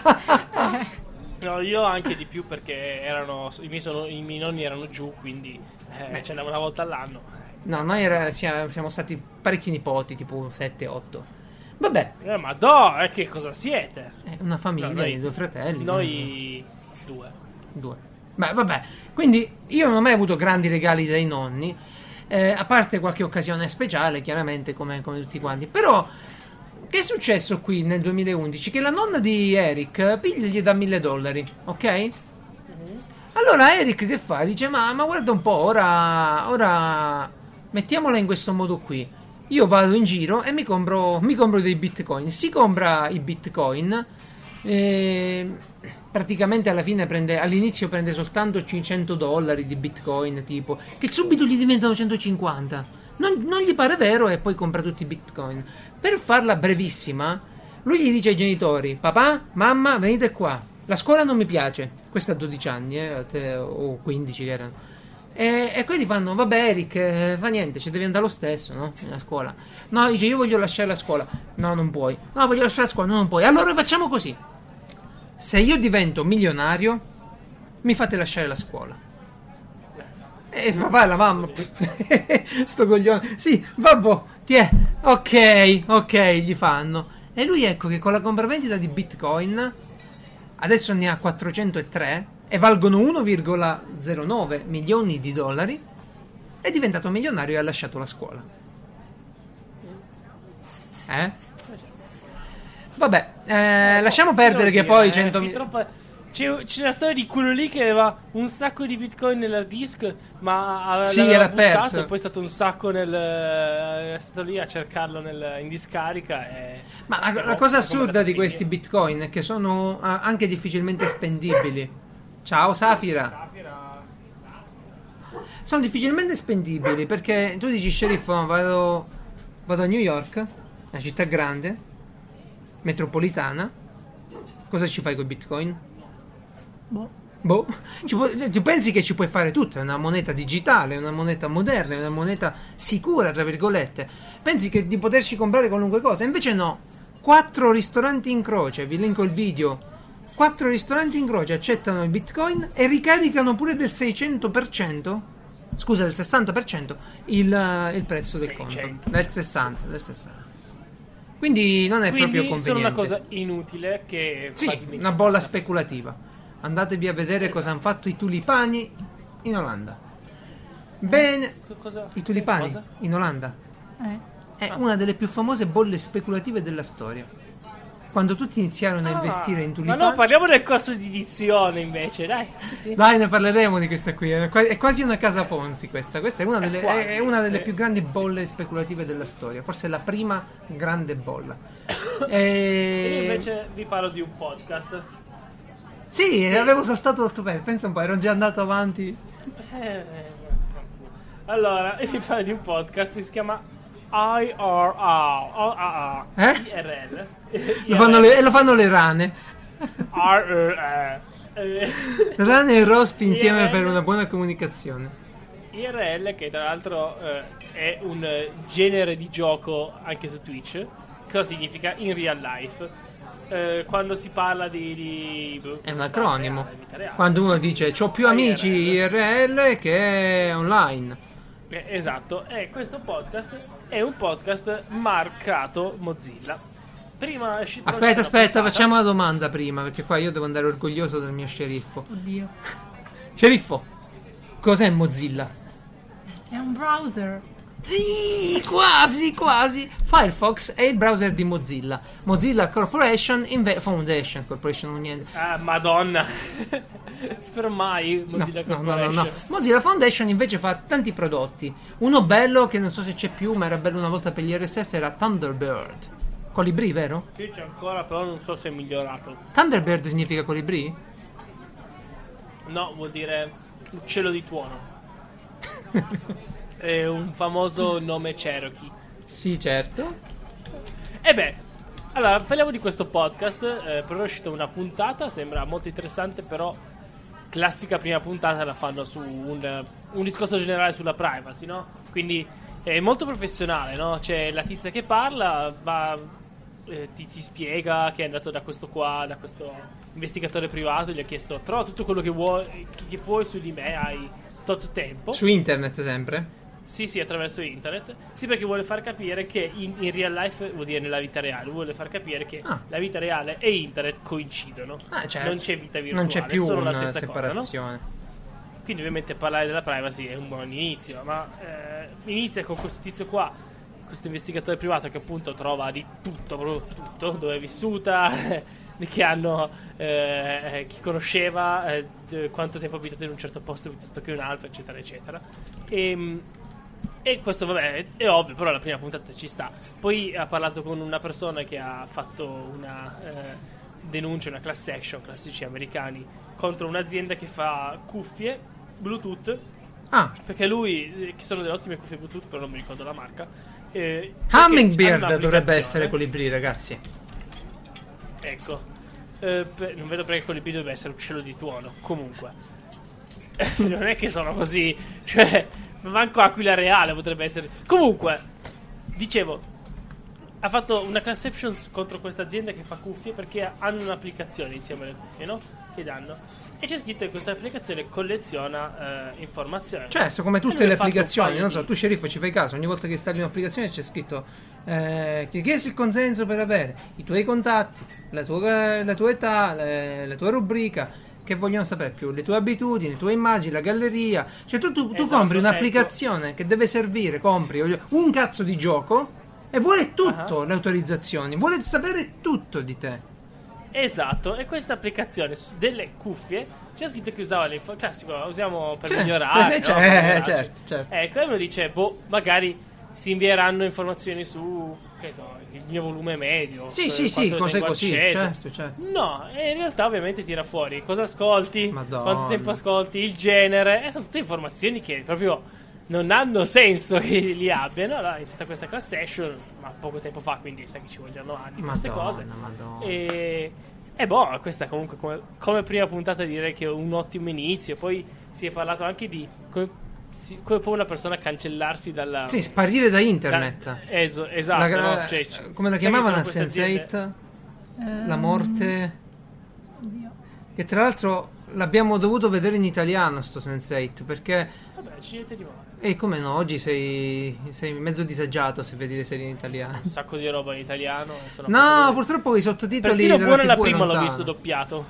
eh, No, io anche di più perché erano i miei, sono- i miei nonni erano giù, quindi eh, ce n'era una volta all'anno. No, noi era- sia- siamo stati parecchi nipoti, tipo sette otto. Vabbè, Eh, ma no, eh, che cosa siete? è una famiglia No, noi- di due fratelli. Noi due. Due. Beh, vabbè. Quindi io non ho mai avuto grandi regali dai nonni, eh, a parte qualche occasione speciale, chiaramente, come, come tutti quanti. Però, che è successo qui nel duemilaundici? Che la nonna di Eric piglia e gli dà mille dollari, ok? Allora Eric che fa? Dice, ma, ma guarda un po', ora, ora mettiamola in questo modo qui. Io vado in giro e mi compro, mi compro dei bitcoin. Si compra i bitcoin. E praticamente alla fine prende, all'inizio prende soltanto cinquecento dollari di bitcoin, tipo, che subito gli diventano centocinquanta. Non, non gli pare vero e poi compra tutti i bitcoin. Per farla brevissima, lui gli dice ai genitori: papà, mamma, venite qua. La scuola non mi piace. Questo a dodici anni, eh, te- o quindici che erano. E, e quelli fanno: vabbè, Eric, eh, fa niente, ci devi andare lo stesso, no? Nella scuola. No, dice: io voglio lasciare la scuola. No, non puoi. No, voglio lasciare la scuola. No, non puoi. Allora facciamo così: se io divento milionario, mi fate lasciare la scuola. E papà e la mamma, sto coglione. Sì, vabbè, ti è. Ok, ok, gli fanno. E lui, ecco che con la compravendita di Bitcoin adesso ne ha quattrocentotre e valgono uno virgola zero nove milioni di dollari. È diventato milionario e ha lasciato la scuola. Eh? Vabbè, eh, lasciamo perdere che Devo poi dire, cento eh, fin mila. troppo- C'è, c'è la storia di quello lì che aveva un sacco di bitcoin nell'hard disk, ma aveva Sì, l'aveva era buttato perso. e poi è stato un sacco nel. È stato lì a cercarlo nel- in discarica. E, Ma la, e la boh, cosa è assurda andato a di questi finire. bitcoin è che sono ah, anche difficilmente spendibili. Ciao Safira. Sono difficilmente spendibili perché tu dici, sceriffo, no, vado, vado a New York, una città grande, metropolitana. Cosa ci fai con i bitcoin? boh. Boh, ci puoi- tu pensi che ci puoi fare tutto? È una moneta digitale, è una moneta moderna, è una moneta sicura, tra virgolette. Pensi che di poterci comprare qualunque cosa? Invece no. Quattro ristoranti in croce, vi linko il video. Quattro ristoranti in croce accettano il Bitcoin e ricaricano pure del seicento per cento, scusa, del sessanta per cento il, eh, il prezzo del seicento. conto. Del sessanta, del sessanta. Quindi non è Quindi proprio sono conveniente. una cosa inutile che fa Sì, dimenticare una bolla la speculativa. Andatevi a vedere cosa hanno fatto i tulipani in Olanda. Bene, persona. Cosa? i tulipani Cosa? in Olanda Eh. è una delle più famose bolle speculative della storia. Quando tutti iniziarono a Ah, investire in ma tulipani. no, parliamo del corso di dizione invece, dai. Sì, sì. Dai, ne parleremo di questa qui. È qua- è quasi una casa Ponzi questa. Questa è una delle, quasi. è una delle Eh, più grandi bolle speculative della storia. Forse è la prima grande bolla. E... Io invece vi parlo di un podcast. Sì, avevo saltato l'otto pezzi. Pensa un po', ero già andato avanti. Eh, allora, io vi parlo di un podcast che si chiama I R L. Eh? I R L. Lo fanno le- e lo fanno le rane. R R L. Rane e rospi insieme I R L. per una buona comunicazione. I R L, che tra l'altro eh, è un eh, genere di gioco anche su Twitch. Cosa significa in real life? Eh, quando si parla di, di È un acronimo. reale, vita reale. Quando uno dice c'ho più amici I R L che online. Eh, esatto, e questo podcast è un podcast marcato Mozilla. Prima è uscito Aspetta, una aspetta, puntata- facciamo una domanda prima, perché qua io devo andare orgoglioso del mio sceriffo. Oddio. Sceriffo, cos'è Mozilla? È un browser. Sì, quasi, quasi. Firefox è il browser di Mozilla. Mozilla Corporation inve- Foundation Corporation, non niente. Ah, madonna. Spero mai No, Mozilla no, no, no, Corporation. no. Mozilla Foundation invece fa tanti prodotti. Uno bello che non so se c'è più, ma era bello una volta per gli R S S, era Thunderbird. Colibrì, vero? Qui c'è ancora, però non so se è migliorato. Thunderbird significa colibrì? No, vuol dire uccello di tuono. È un famoso nome Cherokee. Sì, certo. E beh, allora parliamo di questo podcast. Eh, però è uscita una puntata, sembra molto interessante, però classica prima puntata la fanno su un, un discorso generale sulla privacy, no? Quindi è molto professionale, no? C'è la tizia che parla, va, eh, ti, ti spiega che è andato da questo qua, da questo investigatore privato, gli ha chiesto trova tutto quello che vuoi, che, che puoi su di me, hai tot tempo. Su internet sempre. Sì, sì, attraverso internet. Sì, perché vuole far capire che in, in real life, vuol dire nella vita reale, vuole far capire che Ah. la vita reale e internet coincidono. Ah, certo. Non c'è vita virtuale, Non c'è più è solo la una stessa cosa, no? separazione. Quindi ovviamente parlare della privacy è un buon inizio, ma eh, inizia con questo tizio qua, questo investigatore privato che appunto trova di tutto, proprio tutto, dove è vissuta, di che hanno, eh, chi conosceva, eh, d- quanto tempo ha abitato in un certo posto piuttosto che un altro, eccetera, eccetera. E, e questo vabbè è, è ovvio, però la prima puntata ci sta. Poi ha parlato con una persona che ha fatto una eh, denuncia, una class action, classici americani, contro un'azienda che fa cuffie Bluetooth, Ah, perché lui, eh, che sono delle ottime cuffie Bluetooth, però non mi ricordo la marca. Eh, Hummingbird perché hanno dovrebbe un'applicazione. essere colibrì, ragazzi. Ecco, Eh, per- non vedo perché Colibri dovrebbe essere uccello di tuono. Comunque, non è che sono così, cioè, manco Aquila Reale potrebbe essere. Comunque, dicevo, ha fatto una class action contro questa azienda che fa cuffie perché hanno un'applicazione insieme alle cuffie, no? Che danno. E c'è scritto che questa applicazione colleziona eh, informazioni. Certo, come E tutte lui le ha fatto un applicazioni, paio non so, di- tu sceriffo ci fai caso, ogni volta che installi un'applicazione c'è scritto eh, ti hai chiesto il consenso per avere i tuoi contatti, la tua, la tua età, le- la tua rubrica, che vogliono sapere più, le tue abitudini, le tue immagini, la galleria, cioè tu, tu, tu Esatto, compri un'applicazione che deve servire, compri voglio- un cazzo di gioco e vuole tutto, Ah. le autorizzazioni, vuole sapere tutto di te. Esatto, e questa applicazione su delle cuffie c'è scritto che usava le info- classico, la usiamo per Certo, migliorare, eh, no? cioè, Per eh, migliorarci. certo, certo. Ecco, e uno dice, boh, magari si invieranno informazioni su, che so, il mio volume medio. Sì, eh, sì, sì, quanto cose tengo così, acceso. certo, certo. No, e in realtà ovviamente tira fuori cosa ascolti, Madonna. quanto tempo ascolti, il genere, e sono tutte informazioni che proprio non hanno senso che li abbiano. Allora è iniziata questa class action, ma poco tempo fa, quindi sai che ci vogliono anni per queste Madonna, cose. Madonna. E, E boh, questa comunque come, come prima puntata direi che è un ottimo inizio. Poi si è parlato anche di come, si- come può una persona cancellarsi dalla... Sì, sparire da internet. da- eso- esatto, La- no? Cioè, c- come la sai che chiamavano sono a queste sense aziende- eight? Ehm, La morte. Oddio. Che tra l'altro l'abbiamo dovuto vedere in italiano sto sense eight, perché Vabbè, c'è niente di male. e come no, oggi sei, sei mezzo disagiato se vedi le serie in italiano. Un sacco di roba in italiano. e sono No, fatto purtroppo i sottotitoli Persino della buona la tivù è prima l'ho lontano. visto doppiato.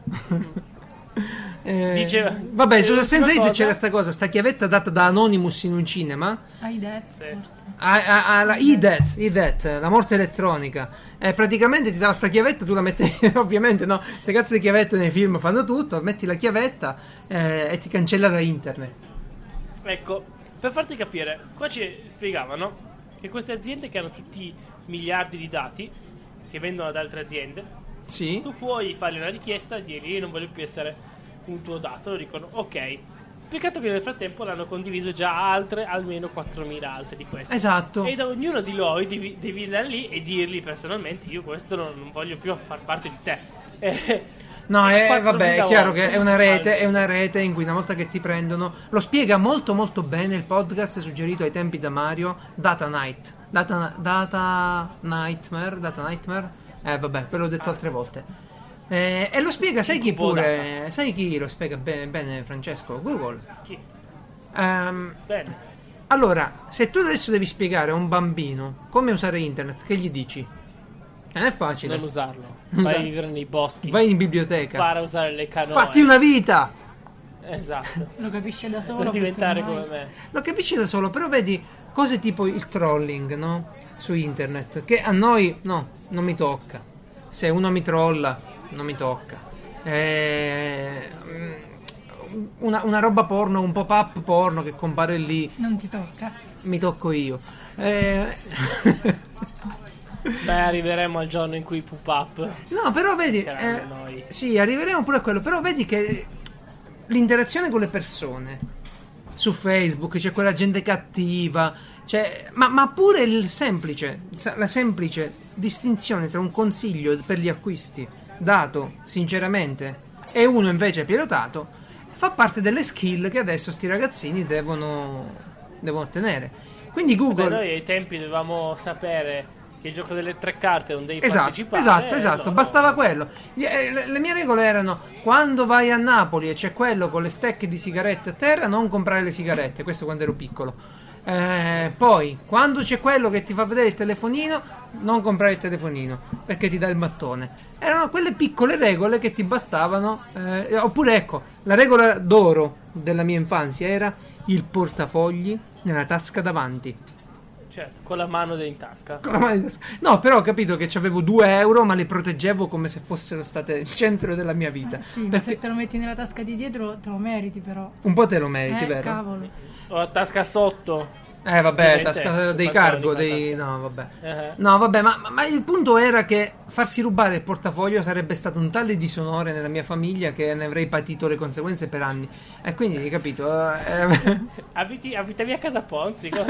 Eh, Diceva- vabbè, e sulla l'ultima sense eight cosa- c'era sta cosa, sta chiavetta data da Anonymous in un cinema. Hai detto, Sì. forse. Ah, ah, ah, la E-Death, E-Death, la morte elettronica. Eh, praticamente ti dava sta chiavetta, tu la mettevi, ovviamente no, queste cazzo di chiavette nei film fanno tutto, metti la chiavetta eh, e ti cancella da internet. Ecco, per farti capire, qua ci spiegavano che queste aziende che hanno tutti miliardi di dati che vendono ad altre aziende, Sì. tu puoi fare una richiesta e dirgli io non voglio più essere un tuo dato. Loro dicono ok. Peccato che nel frattempo l'hanno condiviso già altre, almeno quattromila altre di queste. Esatto. E da ognuno di noi devi, devi andare lì e dirgli personalmente io questo non, non voglio più far parte di te. Eh, No, è, quattromila vabbè, è chiaro volte. che è una rete, Almeno. è una rete in cui una volta che ti prendono, lo spiega molto molto bene il podcast suggerito ai tempi da Mario, Data Night. Data, data Nightmare, Data Nightmare. Eh vabbè, ve l'ho detto altre volte. Eh, e lo spiega, sai chi Incubo pure? Sai chi lo spiega bene, bene Francesco? Google. Chi? Ehm, Bene. allora, se tu adesso devi spiegare a un bambino come usare internet, che gli dici? Non è facile. Non usarlo. Non Vai a usarlo. vivere nei boschi. Vai in biblioteca. Impara a usare le canoe. Fatti una vita. Esatto. Lo capisce da solo. Non diventare perché come ormai- me. Lo capisci da solo, però vedi cose tipo il trolling, no? Su internet, che a noi, no, non mi tocca. Se uno mi trolla, non mi tocca. Eh, mm, una, una roba porno, un pop-up porno che compare lì, Non ti tocca. mi tocco io. Eh, Beh, arriveremo al giorno in cui i pop-up. no, però vedi, Saranno eh, noi. sì, arriveremo pure a quello, però vedi che l'interazione con le persone su Facebook, c'è quella gente cattiva, cioè, ma, ma pure il semplice, la semplice distinzione tra un consiglio per gli acquisti dato sinceramente e uno invece pilotato fa parte delle skill che adesso sti ragazzini devono, devono ottenere. Quindi Beh, Google... noi ai tempi dovevamo sapere che il gioco delle tre carte non devi Esatto, partecipare. esatto, e esatto, loro- bastava quello. Eh, Le, le mie regole erano: quando vai a Napoli e c'è quello con le stecche di sigarette a terra, non comprare le sigarette. Questo quando ero piccolo. Eh, poi, quando c'è quello che ti fa vedere il telefonino, non comprare il telefonino perché ti dà il mattone. Erano quelle piccole regole che ti bastavano. eh, oppure, ecco, la regola d'oro della mia infanzia era il portafogli nella tasca davanti. Certo, con la mano in tasca. Con la mano in tasca. No, però ho capito che avevo due euro, ma le proteggevo come se fossero state il centro della mia vita. Eh, sì, ma Perché se te lo metti nella tasca di dietro te lo meriti però. un po' te lo meriti, eh, vero? cavolo. O la tasca sotto. Eh, vabbè, Presente? tasca dei I cargo, pantaloni, dei... tasca. No, vabbè. Eh. No, vabbè, ma, ma il punto era che farsi rubare il portafoglio sarebbe stato un tale disonore nella mia famiglia che ne avrei patito le conseguenze per anni. E quindi, hai capito? eh, Abiti, abitavi a casa Ponzi. co-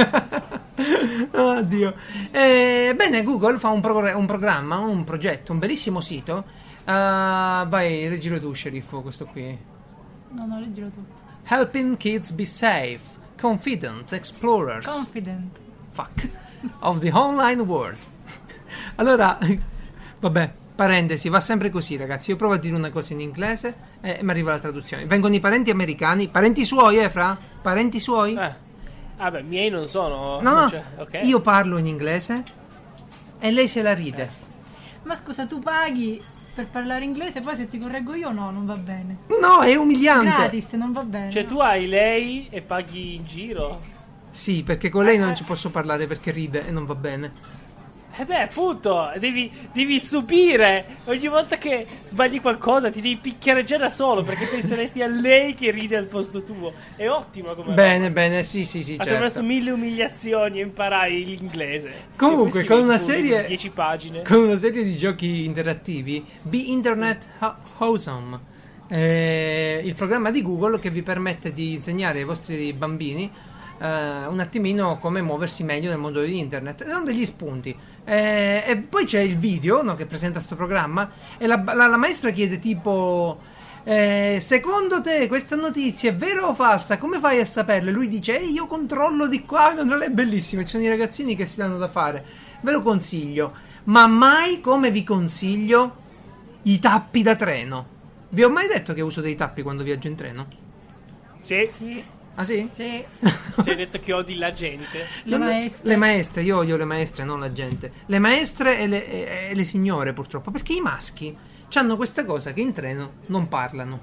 Oddio. Eh, bene, Google fa un, progr- un programma, un progetto, un bellissimo sito. Ah, vai, leggilo tu, sceriffo, questo qui. No, no, leggilo tu. Helping kids be safe, confident explorers. Confident. Fuck. Of the online world. Allora, vabbè, parentesi, va sempre così, ragazzi. Io provo a dire una cosa in inglese e mi arriva la traduzione. Vengono i parenti americani, parenti suoi, eh, fra? Parenti suoi? Eh. Vabbè, miei non sono. No, no, cioè, ok. io parlo in inglese e lei se la ride. Ma scusa, tu paghi per parlare inglese, poi se ti correggo io no, non va bene. No, è umiliante. Gratis, non va bene. Cioè, tu hai lei e paghi in giro. Sì, perché con lei non ci posso parlare perché ride e non va bene. Eh beh, appunto, devi, devi subire. Ogni volta che sbagli qualcosa ti devi picchiare già da solo perché penseresti a lei che ride al posto tuo. È ottimo come Bene, roba. bene, sì, sì, sì, Attraverso certo. mille umiliazioni imparai l'inglese. Comunque, E poi con scrivi una tu serie- dieci pagine. Con una serie di giochi interattivi, Be Internet Ho- Awesome, eh, il programma di Google che vi permette di insegnare ai vostri bambini eh, un attimino come muoversi meglio nel mondo di internet. Sono degli spunti. Eh, e poi c'è il video, no, che presenta sto programma, e la, la, la maestra chiede tipo: eh, secondo te questa notizia è vera o falsa? Come fai a saperlo? E lui dice: eh, io controllo di qua, controllo. È bellissimo. Ci sono i ragazzini che si danno da fare. Ve lo consiglio. Ma mai come vi consiglio i tappi da treno. Vi ho mai detto che uso dei tappi quando viaggio in treno? Sì. Sì. Ah sì? Sì. Ti hai detto che odi la gente. Le maestre. Le maestre, io odio le maestre, non la gente. Le maestre e le, e, e le signore, purtroppo. Perché i maschi hanno questa cosa che in treno non parlano.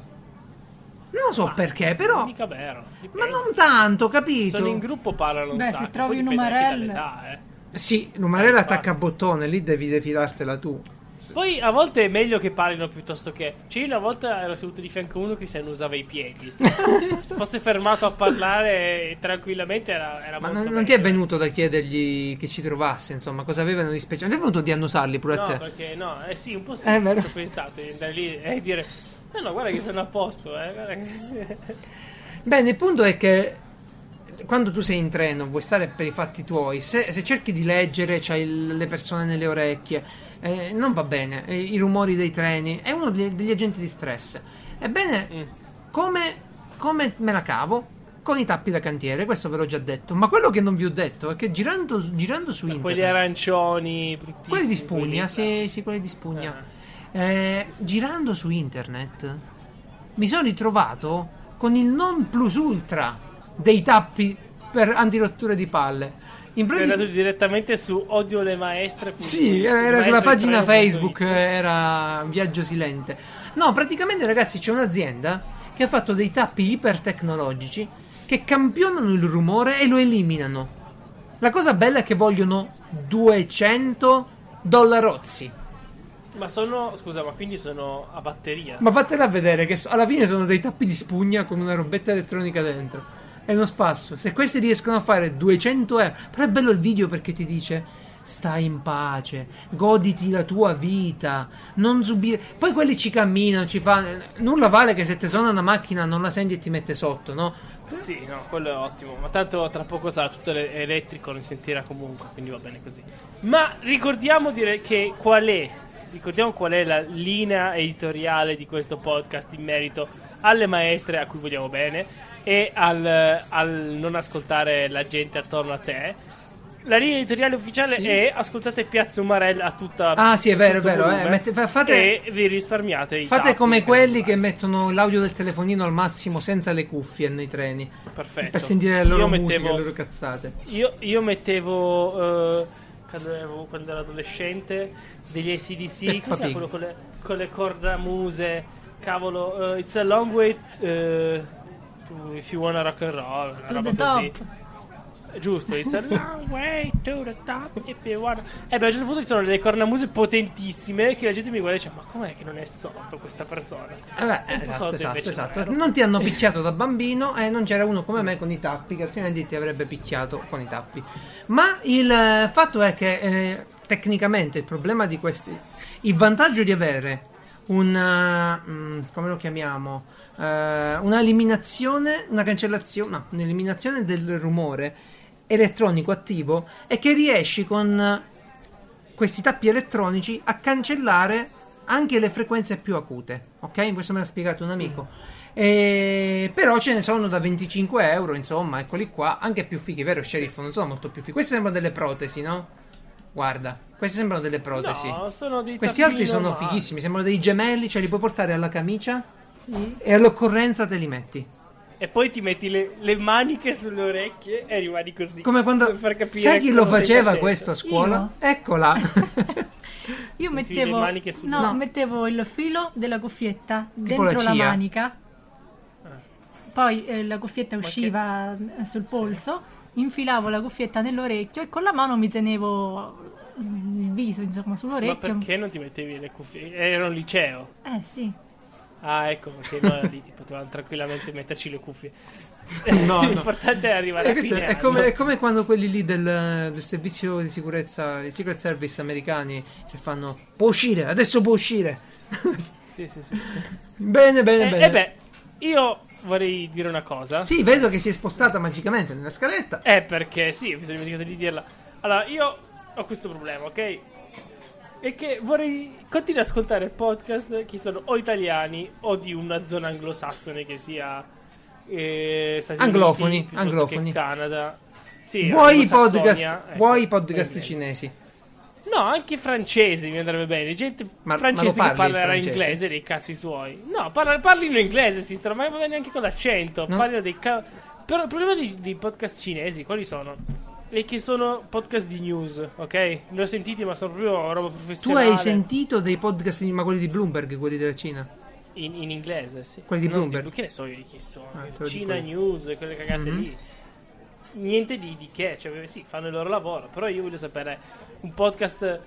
Non lo so Ma perché, però. Mica vero. Ma Dipende. non tanto, capito? Sono in gruppo, parlano un Beh, se sacco. trovi poi un dipende anche umarell- dall'età, eh. Sì, l'umarella Eh, attacca a infatti. bottone, lì devi defilartela tu. Poi a volte è meglio che parlino piuttosto che. Cioè, io una volta ero seduto di fianco a uno che se ne usava i piedi. Se fosse fermato a parlare tranquillamente era, era Ma molto non, non ti è meglio. venuto da chiedergli che ci trovasse, insomma, cosa avevano di speciale? Non ti è venuto di annusarli pure a No, te? perché no, eh sì, un po' sì, Eh, ci vero. ho pensato di andare lì e dire no, no, guarda che sono a posto, eh, guarda che... Bene, il punto è che quando tu sei in treno, vuoi stare per i fatti tuoi, se, se cerchi di leggere, c'hai il- le persone nelle orecchie, eh, non va bene, eh, i rumori dei treni, è uno degli, degli agenti di stress. Ebbene, Mm. come, come me la cavo? Con i tappi da cantiere, questo ve l'ho già detto, ma quello che non vi ho detto è che girando, girando su internet... Quelli arancioni, bruttissimi. Quelli di spugna, quelli- sì, sì, quelli di spugna. Eh. Eh, girando su internet mi sono ritrovato con il non plus ultra dei tappi per antirotture di palle. In Sei pratica- andato direttamente su odio le maestre. sì, era sulla pagina Facebook, era Viaggio Silente. No, praticamente ragazzi c'è un'azienda che ha fatto dei tappi ipertecnologici che campionano il rumore e lo eliminano. La cosa bella è che vogliono duecento dollarozzi. Ma sono, scusa, ma quindi sono a batteria? Ma fatela vedere che so- alla fine sono dei tappi di spugna con una robetta elettronica dentro. È uno spasso. Se questi riescono a fare duecento euro. Però è bello il video perché ti dice: stai in pace, goditi la tua vita, non subire. Poi quelli ci camminano, ci fanno. Nulla vale che se te suona una macchina non la senti e ti mette sotto, no? Sì, no, quello è ottimo. Ma tanto tra poco sarà tutto ele- elettrico, lo sentirà comunque, quindi va bene così. Ma ricordiamo dire che qual è, ricordiamo qual è la linea editoriale di questo podcast in merito alle maestre a cui vogliamo bene e al, al non ascoltare la gente attorno a te. La linea editoriale ufficiale Sì. è: ascoltate Piazza Umarell a tutta Ah, sì, è vero, è tutto vero, eh. volume Mette- fa- fate- e vi risparmiate i Fate tappi come per quelli il che mare. mettono l'audio del telefonino al massimo senza le cuffie nei treni. Perfetto. Per sentire la loro Io musica, mettevo- le loro cazzate. Io, io mettevo eh, quando, ero, quando ero adolescente degli A C D C, Peppa cos'è Pig. quello con le, con le cordamuse, cavolo, eh, it's a long way eh, to, if you wanna rock and roll, una To roba the così. top. Giusto, it's a long way to the top if you wanna... E beh, a un certo punto ci sono delle cornamuse potentissime che la gente mi guarda e dice: ma com'è che non è sordo questa persona? Eh beh, Un po' esatto, sordo esatto, invece esatto. non ero. Non ti hanno picchiato da bambino e non c'era uno come me con i tappi che altrimenti ti avrebbe picchiato con i tappi. Ma il eh, fatto è che eh, tecnicamente il problema di questi... Il vantaggio di avere una... mm, come lo chiamiamo? Eh, una eliminazione, una cancellazione, no, un'eliminazione del rumore elettronico attivo è che riesci con questi tappi elettronici a cancellare anche le frequenze più acute, ok? Questo me l'ha spiegato un amico. E... però ce ne sono da venticinque euro, insomma, eccoli qua, anche più fighi, vero sceriffo? Non sono molto più fighi. Queste sembrano delle protesi, no? Guarda, queste sembrano delle protesi. No, sono dei Questi tappini altri sono normali. fighissimi, sembrano dei gemelli, cioè li puoi portare alla camicia Sì. e all'occorrenza te li metti. E poi ti metti le, le maniche sulle orecchie e rimani così. Come quando... Per far capire Sai chi lo cosa stai faceva facendo. questo a scuola? Io. Eccola. Io Metti mettevo, le maniche sul- no, No. mettevo il filo della cuffietta Tipo la dentro la, C I A. manica, poi eh, la cuffietta usciva eh, sul polso, infilavo la cuffietta nell'orecchio e con la mano mi tenevo il viso, insomma, Ma sull'orecchio. perché non ti mettevi le cuffie? Era un liceo. Eh sì. Ah, ecco, perché noi lì ti potevamo tranquillamente metterci le cuffie. No, no. L'importante è arrivare Eh, a questo fine è, come, anno. è come quando quelli lì del, del servizio di sicurezza, i Secret Service americani, che fanno: può uscire, adesso può uscire. Sì, sì, sì. Bene, bene, E bene. eh beh, io vorrei dire una cosa. Sì, vedo che si è spostata magicamente nella scaletta. Eh, perché sì, mi sono dimenticato di dirla. Allora, io ho questo problema, ok? E che vorrei continuare ad ascoltare podcast che sono o italiani o di una zona anglosassone, che sia eh, Stati Anglofoni, Uniti, piuttosto anglofoni. che Canada. Sì, Vuoi i anglo-sassonia, podcast, ecco, vuoi i podcast inglese. cinesi? No, anche francesi mi andrebbe bene. Gente Ma- francese ma lo parli che parlerà il francese? inglese dei cazzi suoi. No, parla, parlino inglese, si sta, ma va bene anche con l'accento. No. Parlino dei ca- Però il problema dei, dei podcast cinesi, quali sono? È che sono podcast di news, ok? Li ho sentiti, ma sono proprio roba Tu professionale. hai sentito dei podcast, di- ma quelli di Bloomberg, quelli della Cina? In, in inglese, sì. Quelli di Non Bloomberg? che ne so io di chi sono? Ah, te lo Cina dico io. News, quelle cagate Mhm. lì. Niente di, di che, cioè sì, fanno il loro lavoro, però io voglio sapere un podcast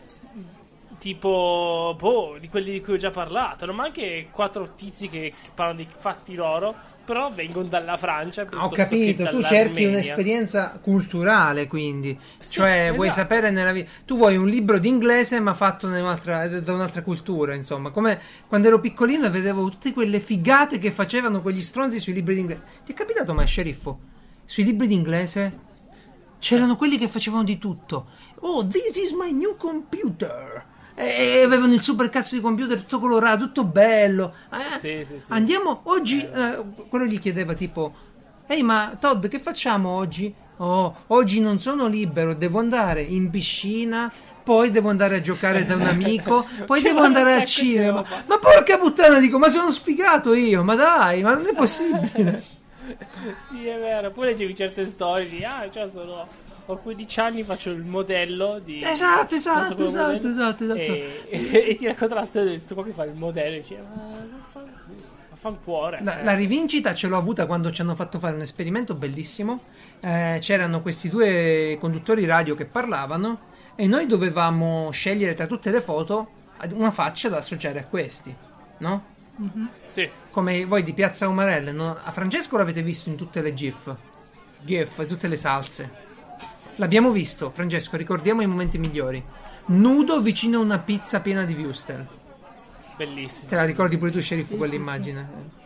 tipo, boh, di quelli di cui ho già parlato, no? Ma anche quattro tizi che, che parlano dei fatti loro, però vengono dalla Francia. Ho piuttosto capito, che tu dall'Armenia. cerchi un'esperienza culturale, quindi. Sì, Cioè, vuoi esatto. sapere nella vita. Tu vuoi un libro di inglese, ma fatto da un'altra, da un'altra cultura, insomma. Come quando ero piccolino e vedevo tutte quelle figate che facevano quegli stronzi sui libri di inglese. Ti è capitato mai, sceriffo? Sui libri di inglese c'erano quelli che facevano di tutto. Oh, this is my new computer. E avevano il super cazzo di computer tutto colorato, tutto bello. Eh, Sì, sì, sì. Andiamo oggi. eh, quello gli chiedeva tipo: ehi, ma Todd, che facciamo oggi? Oh, oggi non sono libero, devo andare in piscina. Poi devo andare a giocare da un amico. Poi Ci devo vanno andare un al sacco di cinema. roba. Ma porca puttana, dico, ma sono sfigato io. Ma dai, ma non è possibile. Sì, è vero. Poi leggevi certe storie di, ah, cioè sono, ho quindici anni, faccio il modello di... Esatto, esatto, non so come esatto, modello. esatto, esatto. E, e, e ti racconta la storia di questo qua che fa il modello e dice, ma fa, fa un cuore. La, eh. la rivincita ce l'ho avuta quando ci hanno fatto fare un esperimento bellissimo. Eh, c'erano questi due conduttori radio che parlavano e noi dovevamo scegliere tra tutte le foto una faccia da associare a questi, no? Sì. Come voi di Piazza Umarelle, no? A Francesco l'avete visto in tutte le GIF, GIF, tutte le salse. L'abbiamo visto, Francesco, ricordiamo i momenti migliori. Nudo vicino a una pizza piena di wurstel. Bellissimo. Te la ricordi pure tu, sceriffo, Sì, quell'immagine?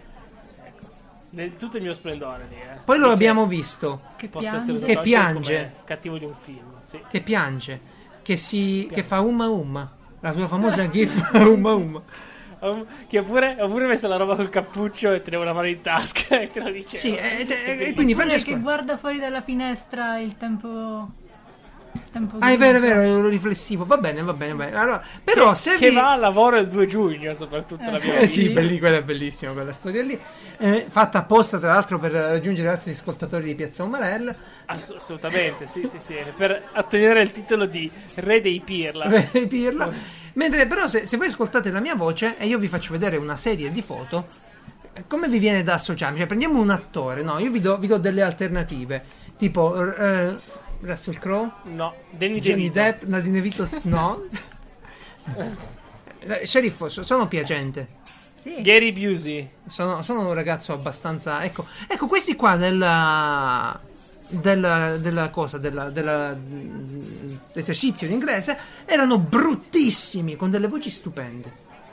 Nel- tutto il mio splendore lì, eh. Poi lo Dice, abbiamo visto. Che posso piange. essere usato Che anche piange. come cattivo di un film. Sì. Che piange, che si che fa umma umma, la tua famosa gif umma umma. Um, Che pure, ho pure messo la roba col cappuccio e tenevo la mano in tasca e te lo dicevo. Sì, e, e- e quindi Oppure Francesco. che guarda fuori dalla finestra il tempo. Il tempo Ah, è vero, è grigio. vero, lo riflessivo. Va bene, va bene, va bene. Allora, però che, se che vi va al lavoro il due giugno, soprattutto l'abbiamo Eh sì, visto. belli, quella è bellissima quella storia lì. Eh, fatta apposta tra l'altro per raggiungere altri ascoltatori di Piazza Umarella. Ass- assolutamente, sì, sì, sì. Per ottenere il titolo di Re dei Pirla. Per dirla. Mentre però se, se voi ascoltate la mia voce e io vi faccio vedere una serie di foto, eh, come vi viene da associarmi? Cioè, prendiamo un attore, no? Io vi do, vi do delle alternative, tipo eh, Russell Crowe, No, Danny Johnny DeVito. Depp, Nadine Vito, no? Eh, Sceriffo, so- sono piacente. Sì. Gary Busey. Sono, sono un ragazzo abbastanza. Ecco, ecco questi qua della. Della, della cosa, della, della, dell'esercizio in inglese erano bruttissimi, con delle voci stupende.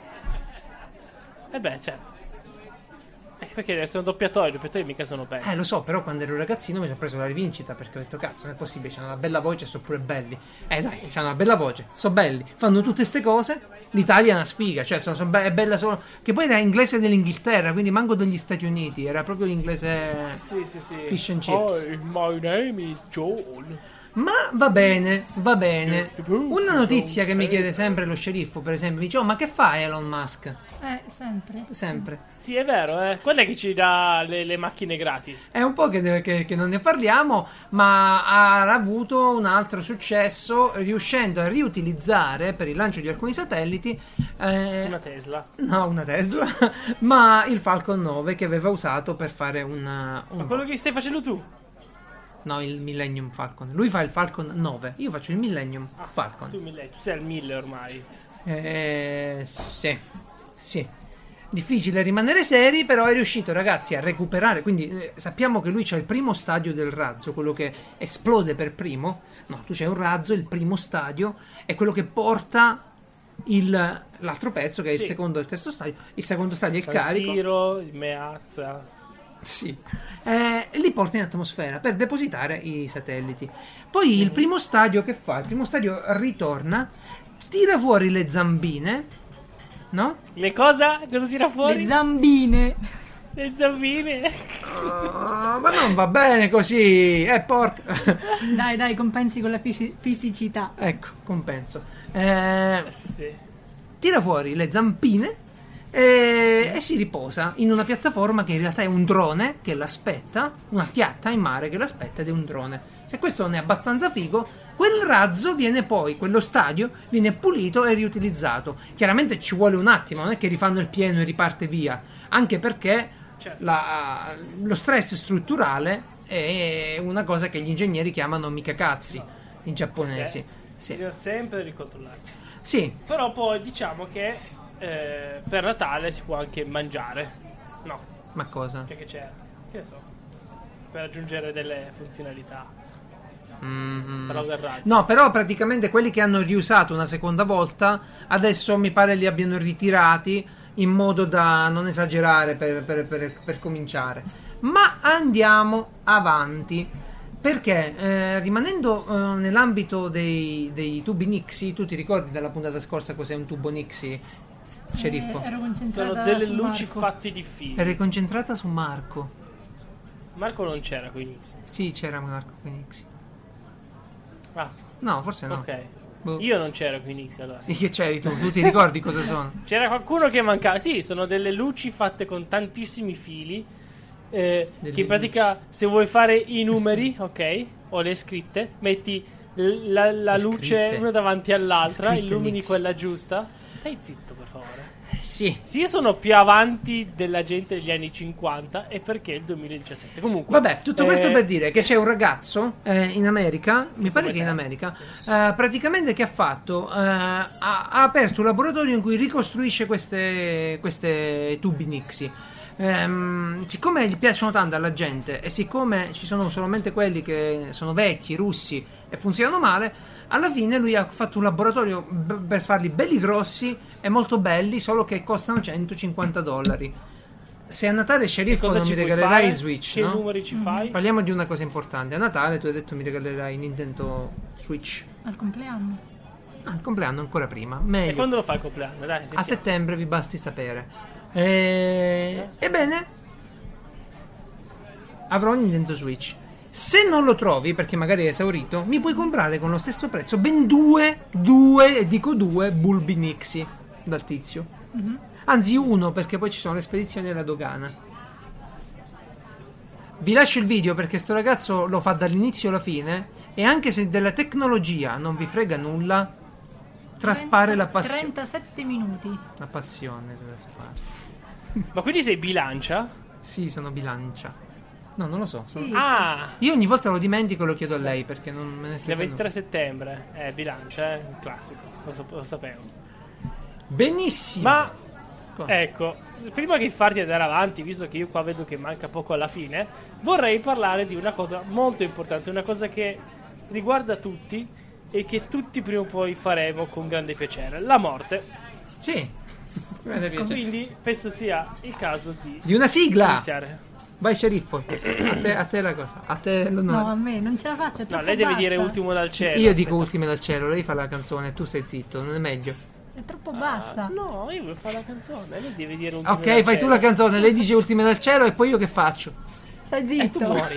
Eh beh, certo. Eh, perché sono doppiatori, i doppiatori mica sono belli. Eh, lo so, però quando ero ragazzino mi sono preso la rivincita perché ho detto, cazzo, non è possibile, c'hanno una bella voce e sono pure belli. Eh dai, c'hanno una bella voce, sono belli, fanno tutte ste cose. L'Italia è una sfiga, cioè sono, sono be- è bella solo. Che poi era inglese dell'Inghilterra, quindi manco degli Stati Uniti, era proprio l'inglese. Sì, sì, sì. Fish and chips. Hi, my name is John. Ma va bene, va bene. Una notizia che mi chiede sempre lo sceriffo, per esempio, mi dice, oh, ma che fa Elon Musk? Eh, sempre. Sempre. Sì, è vero, eh. Quello è che ci dà le, le macchine gratis. È un po' che, che- che non ne parliamo, ma ha avuto un altro successo riuscendo a riutilizzare per il lancio di alcuni satelliti eh, Una Tesla. no, una Tesla, ma il Falcon nove che aveva usato per fare una, un Ma quello che stai facendo tu? no, il Millennium Falcon. Lui fa il Falcon nove, io faccio il Millennium Ah, Falcon. Tu, mille, tu sei al mille ormai. Eh, sì, sì. Difficile rimanere seri, però è riuscito, ragazzi, a recuperare. Quindi eh, sappiamo che lui c'ha il primo stadio del razzo, quello che esplode per primo. No, tu c'hai un razzo, il primo stadio, è quello che porta il, l'altro pezzo, che è il Sì. secondo e il terzo stadio. Il secondo stadio è il San carico. Siro, il Meazza. Sì. Eh, li porta in atmosfera per depositare i satelliti. Poi il primo stadio che fa? Il primo stadio ritorna, tira fuori le zambine, no? Le cosa? Cosa tira fuori? Le zambine. Le zambine. Oh, ma non va bene così, eh porca. Dai, dai, compensi con la fisi- fisicità. Ecco, compenso. Eh, Eh, sì, sì. tira fuori le zampine e, e si riposa in una piattaforma che in realtà è un drone che l'aspetta, una piatta in mare che l'aspetta ed è un drone. Se questo non è abbastanza figo, quel razzo viene poi, quello stadio, viene pulito e riutilizzato. Chiaramente ci vuole un attimo, non è che rifanno il pieno e riparte via, anche perché Certo. la- lo stress strutturale è una cosa che gli ingegneri chiamano mikakatsi in giapponesi. Eh, Sì. Bisogna sempre ricontrollare. Sì, Però poi diciamo che eh, per Natale si può anche mangiare. No, ma cosa? cioè che c'è, che ne so, per aggiungere delle funzionalità. Mm. Però del razzo. No, però praticamente quelli che hanno riusato una seconda volta, adesso mi pare li abbiano ritirati in modo da non esagerare per, per- per- per cominciare. Ma andiamo avanti. Perché eh, rimanendo eh, nell'ambito dei, dei tubi Nixie, tu ti ricordi dalla puntata scorsa cos'è un tubo Nixie, sceriffo? Eh, ero concentrata Sono delle su luci Marco. fatte di fili. Eri concentrata su Marco. Marco non c'era qui inizio. Sì, c'era Marco con Nixie. Ah, No, forse no. ok. Boh. Io non c'ero qui inizio allora. Sì, che c'eri tu, tu ti ricordi cosa sono? C'era qualcuno che mancava. Sì, sono delle luci fatte con tantissimi fili. eh, Delle che in pratica, luci. se vuoi fare i numeri, ok, o le scritte, metti l- la, la Le luce scritte. una davanti all'altra, Le scritte illumini Nix. quella giusta. Stai zitto, per favore. Sì. Sì, io sono più avanti della gente degli anni cinquanta. E perché il duemiladiciassette? Comunque, Vabbè, tutto questo eh, per dire che c'è un ragazzo eh, in America, mi pare che in te. America, eh, praticamente che ha fatto, eh, ha, ha aperto un laboratorio in cui ricostruisce queste, queste tubi Nixie. Ehm, siccome gli piacciono tanto alla gente e siccome ci sono solamente quelli che sono vecchi, russi e funzionano male, alla fine lui ha fatto un laboratorio b- per farli belli grossi e molto belli, solo che costano centocinquanta dollari. Se a Natale, sceriffo, cosa non ci mi puoi regalerai fare? Switch, Che no? numeri ci fai? Parliamo di una cosa importante. A Natale tu hai detto mi regalerai Nintendo Switch. Al compleanno. Ah, il compleanno ancora prima. E Meglio. quando lo fai il compleanno? Dai, A sentiamo. settembre vi basti sapere. E... Ebbene, avrò Nintendo Switch. Se non lo trovi, perché magari è esaurito, mi puoi comprare con lo stesso prezzo ben due, due, e dico due, Bulbi Nixie dal tizio. Anzi uno, perché poi ci sono le spedizioni alla dogana. Vi lascio il video perché sto ragazzo lo fa dall'inizio alla fine e anche se della tecnologia non vi frega nulla, traspare la passione. trentasette minuti. La passione della spara. Ma quindi sei bilancia? Sì, sono bilancia. No, non lo so. Sì. Ah, Io ogni volta lo dimentico e lo chiedo a lei perché non me ne il frega ventitré nulla. settembre. Eh, bilancia, eh, un classico. Lo, so- lo sapevo. Benissimo. Ma, Come? ecco, prima che farti andare avanti, visto che io qua vedo che manca poco alla fine, vorrei parlare di una cosa molto importante, una cosa che riguarda tutti e che tutti prima o poi faremo con grande piacere. La morte. Sì. Come ti piace? Quindi penso sia il caso di Di una sigla. iniziare. Vai sceriffo. A te, a te la cosa. A te l'onore. No, a me non ce la faccio, è No, troppo lei deve bassa. dire ultimo dal cielo. Io dico Aspetta. ultime dal cielo, lei fa la canzone, tu stai zitto, non è meglio. È troppo bassa. No, io voglio fare la canzone. Lei deve dire ultimo Ok, dal fai tu cielo. la canzone, lei dice ultime dal cielo e poi io che faccio? Stai E zitto. tu muori.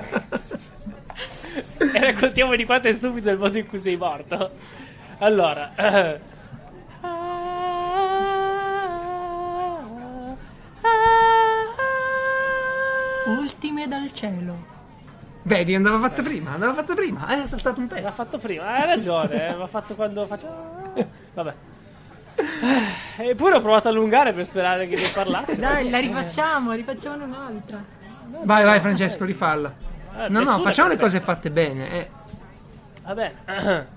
E raccontiamo di quanto è stupido il modo in cui sei morto. Allora. eh. Ultime dal cielo. Vedi, andava fatta prima, andava fatta prima, eh, è saltato un L'ha pezzo. fatto prima, hai ragione, eh, l'ha fatto quando faccio. Vabbè. Eh, Eppure ho provato a allungare per sperare che ne parlasse. Dai, la rifacciamo, rifacciamone un'altra. Vai, vai Francesco, rifalla. Eh, No, no, nessuno è facciamo le perfetto. cose fatte bene. eh. Va bene.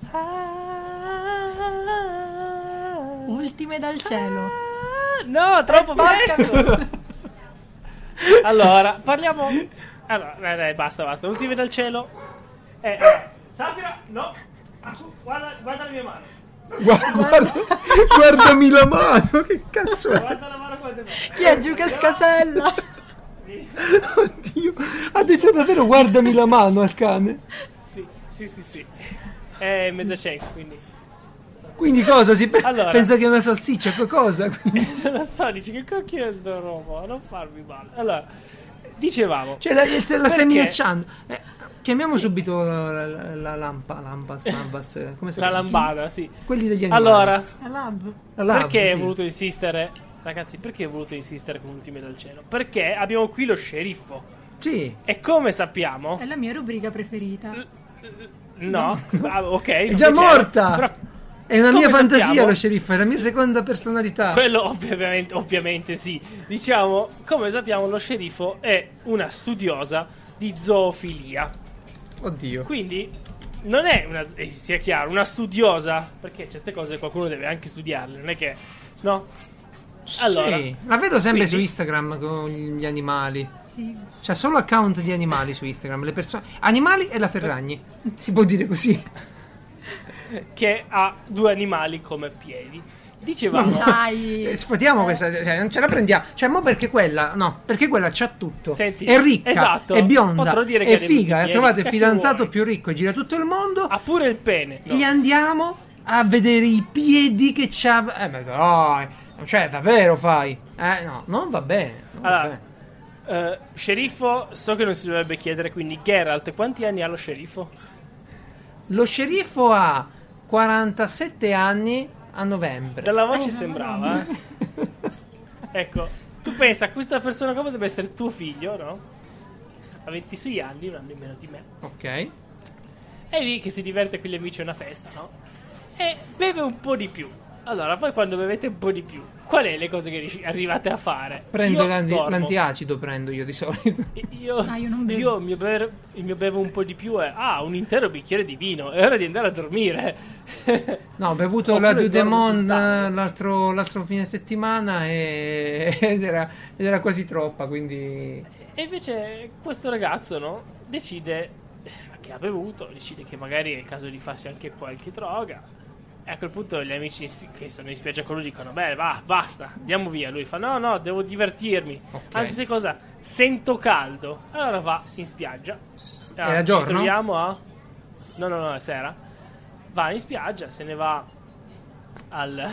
Ultime dal cielo. No, troppo presto. Allora, parliamo. Allora, dai, dai, basta, basta. Ultime dal cielo. Eh, allora, Safira, no. Guarda, guarda la mia mano. Guarda, guarda- guardami la mano, che cazzo è? Guarda la mano qua dentro. Chi è giù Cascasella? Oddio, ha detto davvero guardami la mano al cane. Sì, sì, sì, sì. È mezza cieca, quindi. Quindi cosa? Si pe- Allora. pensa che è una salsiccia, che cosa? Quindi- Non lo so, dici che cacchio è sto roba, non farmi male. Allora, dicevamo. Cioè, la, se la stai Perché? minacciando. Eh, chiamiamo subito la, la, la lampa, lampas, lambas, eh, come si La chiama? lambada, sì. Quelli degli animali. Allora, La lab. La lab, perché hai sì. voluto insistere? Ragazzi, perché hai voluto insistere con Ultime dal cielo? Perché abbiamo qui lo sceriffo. Sì. E come sappiamo. È la mia rubrica preferita. No, ah, ok. È già morta! Però È una come mia fantasia sappiamo- lo sceriffo, è la mia seconda personalità. quello ovviamente, ovviamente sì. Diciamo, come sappiamo, lo sceriffo è una studiosa di zoofilia. Oddio. Quindi non è una, eh, sia chiaro, una studiosa, perché certe cose qualcuno deve anche studiarle, non è che no? Allora, sì, la vedo sempre quindi- su Instagram con gli animali. Sì. C'ha solo account di animali su Instagram. Le persone. Animali e la Ferragni. Si può dire così. che ha due animali come piedi. Dicevamo, Dai. Eh, Sfatiamo questa. Cioè, non ce la prendiamo. Cioè, mo perché quella. No, perché quella c'ha tutto. Senti, è ricca. esatto, È bionda. potrò dire È che ha dei figa. Ha piedi, trovato il cacchio fidanzato vuoi? più ricco. Gira tutto il mondo. ha pure il pene. No. Gli andiamo a vedere i piedi che c'ha. Eh, ma dai. Cioè, davvero fai? Eh, no, non va bene. Non va Allora, bene. eh, sceriffo, so che non si dovrebbe chiedere, quindi Geralt, quanti anni ha lo sceriffo? Lo sceriffo ha quarantasette anni a novembre. Dalla voce Oh, sembrava, eh. Ecco, tu pensa, questa persona qua potrebbe essere tuo figlio, no? Ha ventisei anni, un anno in meno di me. Ok. È lì che si diverte con gli amici a una festa, no? E beve un po' di più. Allora, voi quando bevete un po' di più, qual è le cose che riusci- arrivate a fare? Prendo Io l'anti- dormo. l'antiacido, prendo io di solito. Io, Ah, io non bevo. io il, mio bever- il mio bevo un po' di più è ah, un intero bicchiere di vino, è ora di andare a dormire. No, ho bevuto Oppure la dormo Dudemont sul tavolo. l'altro, l'altro fine settimana e- ed era, ed era quasi troppa, quindi... E invece questo ragazzo, no, decide che ha bevuto, decide che magari è il caso di farsi anche qualche droga. E a quel punto gli amici in spi- che sono in spiaggia con lui dicono beh, va, basta, andiamo via. Lui fa no, no, devo divertirmi. Ok. Anzi, sai cosa? Sento caldo. Allora va in spiaggia. Ah, Era ci giorno? troviamo a... No, no, no, è sera. Va in spiaggia, se ne va al...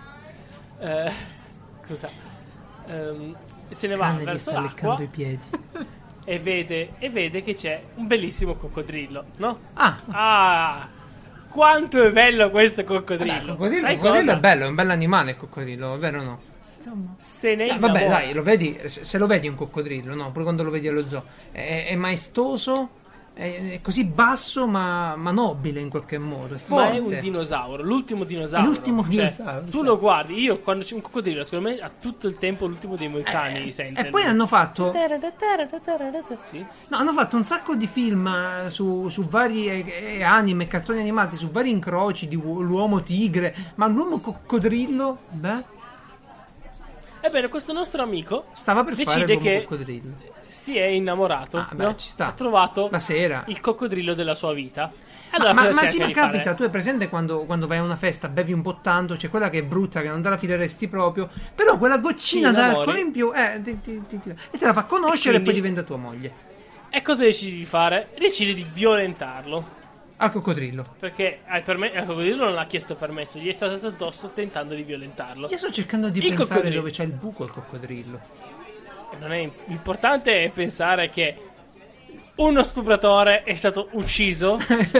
Eh, scusa. Ehm, se ne va Cane gli verso sta l'acqua leccando i piedi. e vede, e vede che c'è un bellissimo coccodrillo, no? Ah, Ah, quanto è bello questo vabbè, coccodrillo! il coccodrillo, Sai il coccodrillo cosa? è bello, è un bell'animale il coccodrillo, è vero o no? Insomma. Se ne Eh, vabbè, innamora. dai, lo vedi, se, se lo vedi un coccodrillo, no? Pure quando lo vedi allo zoo, è, è maestoso, è, è così basso ma, ma nobile in qualche modo, è Ma forte. è un dinosauro, l'ultimo dinosauro. L'ultimo Cioè, dinosauro, Tu cioè. lo guardi, io quando c'è un coccodrillo, secondo me ha tutto il tempo l'ultimo dei moicani. Eh, sente e poi lui. hanno fatto... Sì. No, hanno fatto un sacco di film eh, su, su vari eh, eh, anime, cartoni animati, su vari incroci di u- l'uomo tigre, ma l'uomo coccodrillo, beh, Ebbene, questo nostro amico stava per fare decide l'uomo che coccodrillo. si è innamorato. Ah, beh, no? ci sta. Ha trovato La sera. il coccodrillo della sua vita. Ma, Allora, ma, cosa ma cerca sì, ma di capita, fare? tu hai presente quando, quando vai a una festa, bevi un po' tanto, c'è quella che è brutta, che non te la fileresti proprio, però quella goccina Ti innamori. d'alcol in più eh, ti- ti- ti- ti- e te la fa conoscere e, E poi quindi? diventa tua moglie. E cosa decidi di fare? Decide di violentarlo. Al coccodrillo. Perché al perme- al coccodrillo non ha chiesto permesso, gli è stato addosso tentando di violentarlo. Io sto cercando di Il pensare coccodrillo. dove c'è il buco al coccodrillo. Non è l'importante è pensare che uno stupratore è stato ucciso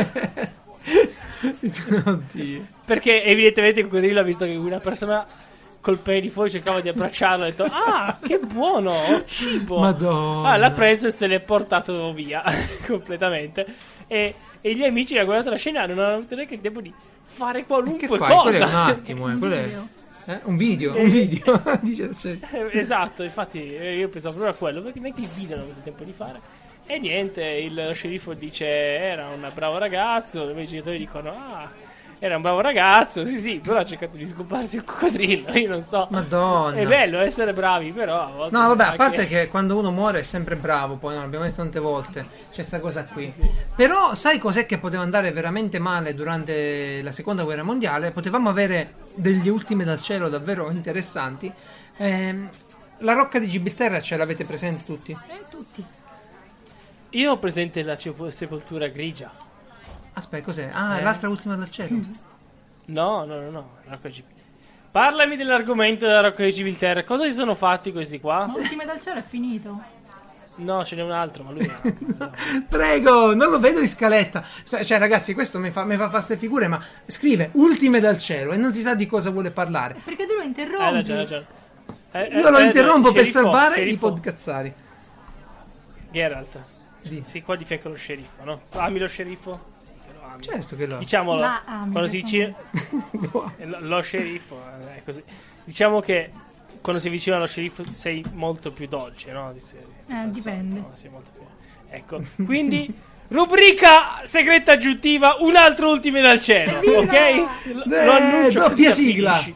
Oddio. perché evidentemente il coccodrillo ha visto che una persona col pene di fuori cercava di abbracciarlo e ha detto ah che buono ho cibo. Madonna. Ah, l'ha preso e se l'è portato via completamente e, e gli amici hanno guardato la scena e non hanno avuto neanche il tempo di fare Che qualunque fai? Quello è cosa. un attimo, eh. Quello è... Video. Eh? Un video, un video. Dice, cioè, Eh, esatto, infatti eh, io pensavo proprio a quello perché neanche il video non ho avuto tempo di fare. E niente, il sceriffo dice era un bravo ragazzo, i miei genitori dicono ah, era un bravo ragazzo, sì sì, però ha cercato di scoparsi il coccodrillo, io non so. Madonna. È bello essere bravi, però a volte No, vabbè, a anche- parte che quando uno muore è sempre bravo, poi no, l'abbiamo detto tante volte, c'è sta cosa qui. Sì, sì. Però sai cos'è che poteva andare veramente male durante la seconda guerra mondiale? Potevamo avere degli ultime dal cielo davvero interessanti. Ehm, la rocca di Gibilterra ce l'avete presente tutti? Eh, tutti. Io ho presente la cepo- sepoltura grigia. Aspetta, cos'è? Ah, Eh. l'altra ultima dal cielo. No, no, no, no. la Rocca di Gibil- Parlami dell'argomento della Rocca di Gibilterra. Cosa si sono fatti questi qua? Ma Ultime dal cielo è finito. No, ce n'è un altro, ma lui no. Prego, non lo vedo in scaletta. Cioè, ragazzi, questo mi fa, mi fa fare ste figure, ma scrive ultime dal cielo e non si sa di cosa vuole parlare. Perché tu lo interrompi. Hai ragione, hai ragione. Eh, Io lo eh, interrompo eh, per sceriffo, salvare sceriffo. i podcazzari. Geralt. Di- Sei qua di fianco allo sceriffo, no? Ami lo sceriffo? Sì, che lo ami. Certo che lo Diciamolo. La ami, quando si che dice eh, lo, lo sceriffo eh, è così. Diciamo che quando sei vicino allo sceriffo sei molto più dolce, no? Di serie. Eh, dipende. No, sei molto più... Ecco, quindi rubrica segreta aggiuntiva, un altro ultime dal cielo, ok? Lo, Eh, lo annuncio doppia così la sigla. finisci.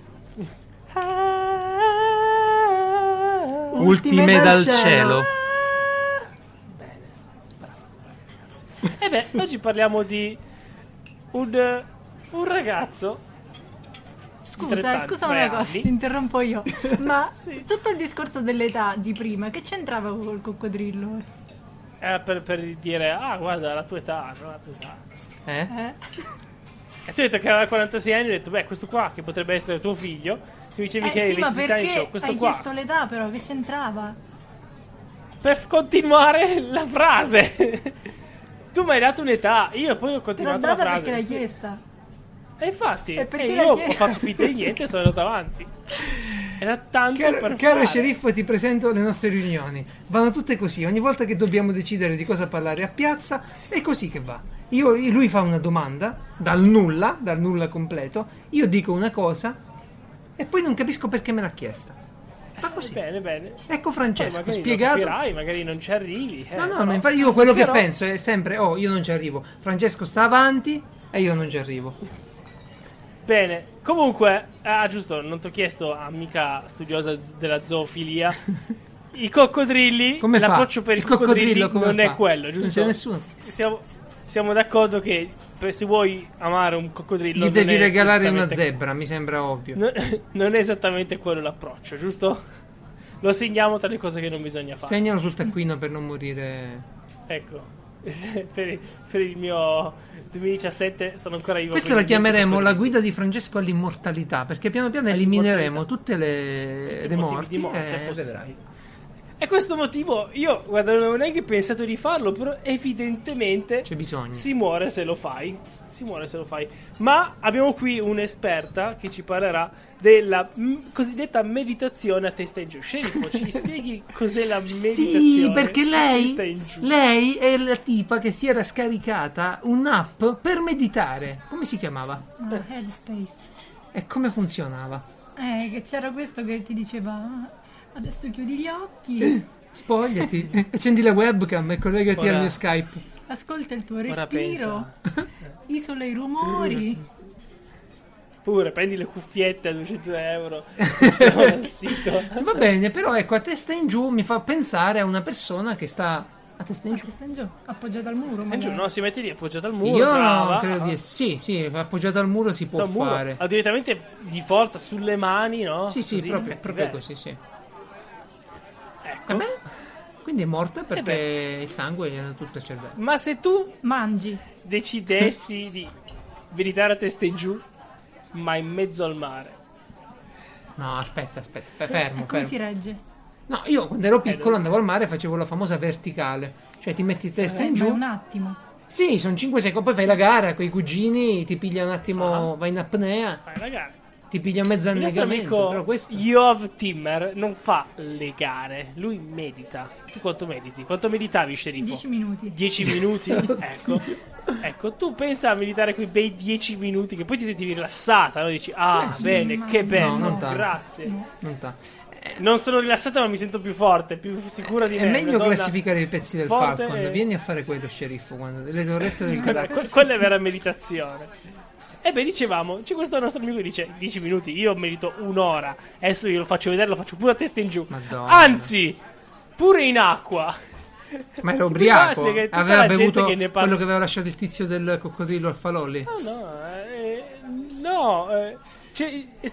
Ultime dal cielo. E beh, oggi parliamo di un, un ragazzo. Scusa, trent'anni, scusa tre una cosa, anni. ti interrompo io. Ma Sì. tutto il discorso dell'età di prima, che c'entrava col coccodrillo? Era per, per dire, ah, guarda, la tua età, no? La tua età. Eh? Eh? E tu hai detto che aveva quarantasei anni e ho detto, beh, questo qua, che potrebbe essere tuo figlio, se mi dicevi Eh che hai sì, ma ventisette anni, perché c'ho questo hai qua. chiesto l'età però, che c'entrava? Per continuare la frase. Tu mi hai dato un'età, io poi ho Te l'ho continuato la data frase. perché l'hai Sì. chiesta. E infatti, E perché e l'hai io ho chiesto? fatto finta di niente e sono andato avanti. Era tanto Caro, per caro fare. sceriffo, ti presento le nostre riunioni. Vanno tutte così. Ogni volta che dobbiamo decidere di cosa parlare a piazza, è così che va. Io, lui fa una domanda dal nulla, dal nulla completo. Io dico una cosa e poi non capisco perché me l'ha chiesta. Ma così. Bene, bene. Ecco Poi Francesco, magari lo spiegato. capirai, magari non ci arrivi. eh, No, no, però- ma infatti io quello che però- penso è sempre, oh, io non ci arrivo. Francesco sta avanti e io non ci arrivo. Bene, comunque, ah giusto, non ti ho chiesto, amica studiosa z- della zoofilia, i coccodrilli, Come fa? l'approccio per Il i coccodrilli coccodrillo come non fa? è quello, Non giusto? c'è nessuno. Siamo, siamo d'accordo che per- se vuoi amare un coccodrillo Gli devi non è regalare una esattamente- zebra, mi sembra ovvio. non, non è esattamente quello l'approccio, giusto? Lo segniamo tra le cose che non bisogna fare. Segnalo sul taccuino per non morire. Ecco, per, per il mio duemiladiciassette sono ancora vivo. Questa per la il chiameremo la coccodrillo. guida di Francesco all'immortalità, perché piano piano elimineremo tutte le, Tutti le i motivi morti di morte e possibili. vedrai. E questo motivo, io, guarda, non ho neanche pensato di farlo, però evidentemente C'è bisogno. si muore se lo fai. Si muore se lo fai. Ma abbiamo qui un'esperta che ci parlerà della m- cosiddetta meditazione a testa in giù. Sceriffo, ci spieghi cos'è la meditazione? Sì, perché a lei, testa in giù? lei è la tipa che si era scaricata un'app per meditare. Come si chiamava? Ah, Headspace. E come funzionava? Eh, che c'era questo che ti diceva "Ah, adesso chiudi gli occhi, Spogliati, accendi la webcam e collegati Ora- al mio Skype. ascolta il tuo Ora respiro, pensa. isola i rumori". Pure, prendi le cuffiette a duecento euro. Stiamo al sito. Va bene, però ecco, a testa in giù mi fa pensare a una persona che sta a testa in A giù. testa in giù, appoggiata al muro. In giù, magari. no, si mette lì appoggiato al muro. Io brava. credo di sì, sì, appoggiato al muro si può Al muro. fare. Ah, direttamente di forza sulle mani, no? Sì, sì, Così, proprio, proprio cattiveria. così, sì. Ecco. E beh, quindi è morta perché beh. il sangue gli è andato tutto al cervello. Ma se tu Mangi. decidessi di meditare a testa in giù, ma in mezzo al mare, No, aspetta, aspetta, fe- E fermo, come fermo. si regge? No, io quando ero Eh, piccolo andavo al mare e facevo la famosa verticale. Cioè ti metti testa Eh, in ma giù. è un attimo. Sì, sono cinque secondi, poi fai la gara con i cugini, ti piglia un attimo, Ah. vai in apnea, fai la gara. ti piglia mezzo Il nostro annegamento, amico però questo... Yov Timmer non fa le gare, lui medita. Tu quanto mediti? Quanto meditavi, sceriffo? dieci minuti. dieci minuti? Ecco. Ecco, tu pensa a meditare quei bei dieci minuti che poi ti sentivi rilassata, no? Dici, ah, Eh, sì, bene, ma che no, bello, non tanto. grazie. No. Non ta- Non sono rilassata, ma mi sento più forte, più sicura di È me. meglio una donna classificare i pezzi del forte Falcon. e- Vieni a fare quello, sceriffo, quando le torrette del Que- carattere. quella è vera meditazione. E beh, dicevamo, c'è questo nostro amico che dice dieci minuti, io medito un'ora. Adesso io lo faccio vedere, lo faccio pure a testa in giù. Madonna. Anzi, pure in acqua. Ma era Ti ubriaco. basta che tutta Aveva la gente bevuto che ne parla- quello che aveva lasciato il tizio del coccodrillo al falò lì. No, no, eh, no. eh, cioè, eh,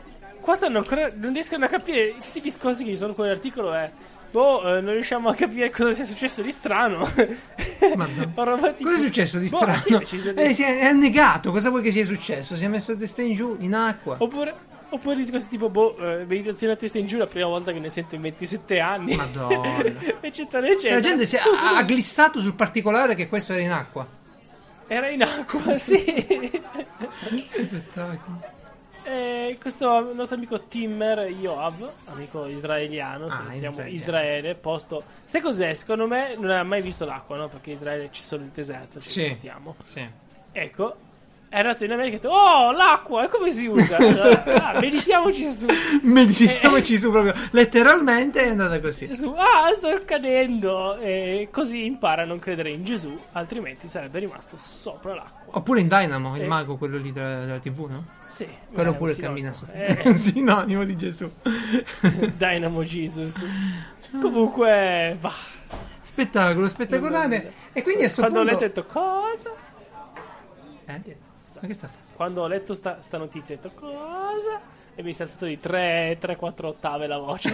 qua stanno ancora, non riescono a capire tutti i discorsi che ci sono con l'articolo. È boh, eh, non riusciamo a capire cosa sia successo di strano. Cosa è successo di boh, strano? Sì, sono... eh, si è, è annegato. Cosa vuoi che sia successo? Si è messo a testa in giù in acqua. Oppure Oppure discorsi tipo, boh, eh, meditazione a testa in giù, la prima volta che ne sento in ventisette anni. Madonna. eccetera, eccetera. Cioè, la gente si è, ha, ha glissato sul particolare che questo era in acqua. Era in acqua, sì. Spettacolo. E questo nostro amico Timmer Yoav, amico israeliano, Ah, salutiamo israeliano. Israele, posto... Sai cos'è? Secondo me non ha mai visto l'acqua, no? Perché in Israele c'è solo il deserto, ci Sì. ricordiamo. Sì. Ecco, è andato in America e ha detto, oh, l'acqua, e come si usa? Ah, meditiamoci su. Meditiamoci su proprio. Letteralmente è andata così. Su, ah, sto cadendo. E così impara a non credere in Gesù, altrimenti sarebbe rimasto sopra l'acqua. Oppure in Dynamo, il Eh. mago, quello lì della, della tivù, no? Sì. Quello è pure un cammina sinonimo. sotto. È un sinonimo di Gesù. Eh, Dynamo Jesus. Comunque, va. Spettacolo, spettacolare. E quindi a sto Quando ho punto... letto, ho detto, cosa? Eh? Ma che sta facendo? Quando ho letto sta, sta notizia, ho detto, cosa? E mi si è alzato di tre quattro ottave la voce.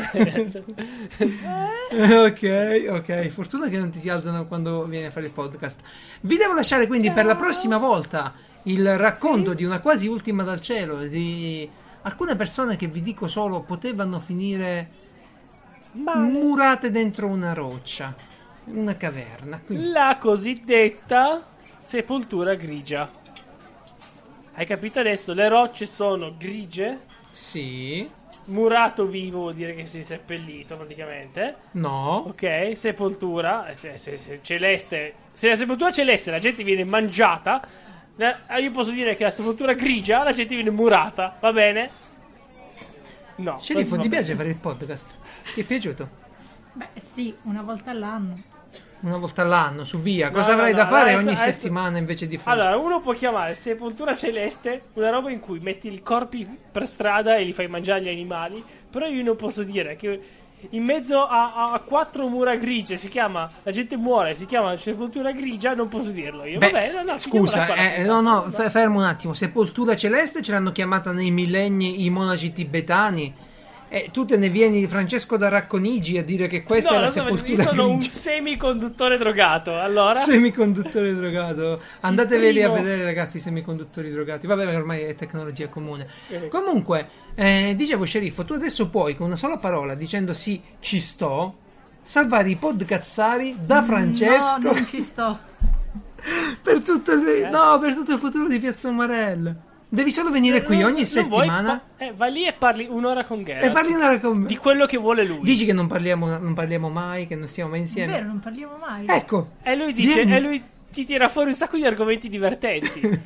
Eh, ok, ok. Fortuna che non ti si alzano quando vieni a fare il podcast. Vi devo lasciare quindi per la prossima volta il racconto Sì. di una quasi ultima dal cielo, di alcune persone che vi dico solo potevano finire Male. murate dentro una roccia, una caverna. Quindi... La cosiddetta sepoltura grigia. Hai capito adesso? Le rocce sono grigie. Sì, Murato vivo vuol dire che si è seppellito praticamente. no, Ok, sepoltura, cioè se, se celeste. Se la sepoltura celeste la gente viene mangiata, la- io posso dire che la sepoltura grigia la gente viene murata, va bene? No. Sceriffo, non ti va piace bene. fare il podcast? Ti è piaciuto? Beh, sì, una volta all'anno. Una volta all'anno, su via. No, Cosa no, avrai no, da fare adesso- ogni adesso- settimana invece di fare? Allora, uno può chiamare sepoltura celeste una roba in cui metti i corpi per strada e li fai mangiare agli animali. Però io non posso dire che in mezzo a, a quattro mura grigie si chiama, la gente muore, si chiama sepoltura grigia, non posso dirlo io. Beh, Vabbè, no, no, chiudiamola scusa, qua la eh, puntata. no, no, f- fermo un attimo. Sepoltura celeste ce l'hanno chiamata nei millenni i monaci tibetani. E tu te ne vieni, Francesco da Racconigi, a dire che questa No, è la lo so, io sepoltura sono un grigia. semiconduttore drogato. Allora, Semiconduttore drogato. Andateveli a primo- vedere, ragazzi, i semiconduttori drogati. Vabbè, ormai è tecnologia comune. Eh. Comunque, eh, dicevo, sceriffo, tu adesso puoi, con una sola parola, dicendo sì, ci sto, salvare i podcazzari da Francesco No, non ci sto. per, tutto il, Eh? no, per tutto il futuro di Piazza Umarella. Devi solo venire qui Non- ogni non vuoi settimana pa- eh, vai lì e parli un'ora con Geralt e parli un'ora con me. di quello che vuole lui. Dici che non parliamo, non parliamo mai, che non stiamo mai È insieme. vero, non parliamo mai. Ecco. E lui dice, Vieni. e lui ti tira fuori un sacco di argomenti divertenti.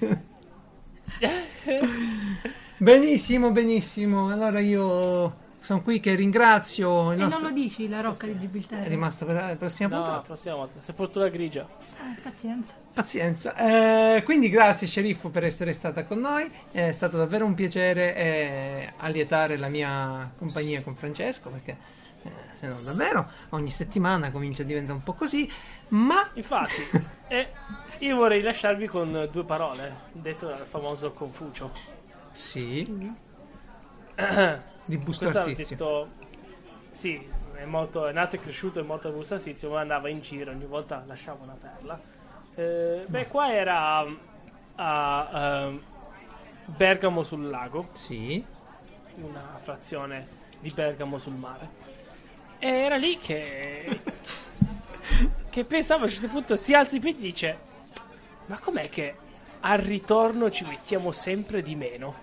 Benissimo, benissimo. Allora io sono qui che ringrazio il E nostro... non lo dici, la rocca di Gibilterra. È rimasto per la prossima No, la puntata. prossima volta, sepoltura grigia. Eh, pazienza. Pazienza. Eh, quindi grazie sceriffo per essere stata con noi. È stato davvero un piacere eh, allietare la mia compagnia con Francesco, perché eh, se no davvero ogni settimana comincia a diventare un po' così. Ma Infatti, e io vorrei lasciarvi con due parole, detto dal famoso Confucio. sì, di Busto Questo ha Arsizio. detto, sì, è, molto, è nato e cresciuto, è molto a Busto Arsizio, ma andava in giro, ogni volta lasciava una perla. Eh, beh, qua era a ehm, Bergamo sul lago, Sì. una frazione di Bergamo sul mare. E era lì che, che pensavo a un certo punto si alza i piedi e dice: ma com'è che al ritorno ci mettiamo sempre di meno?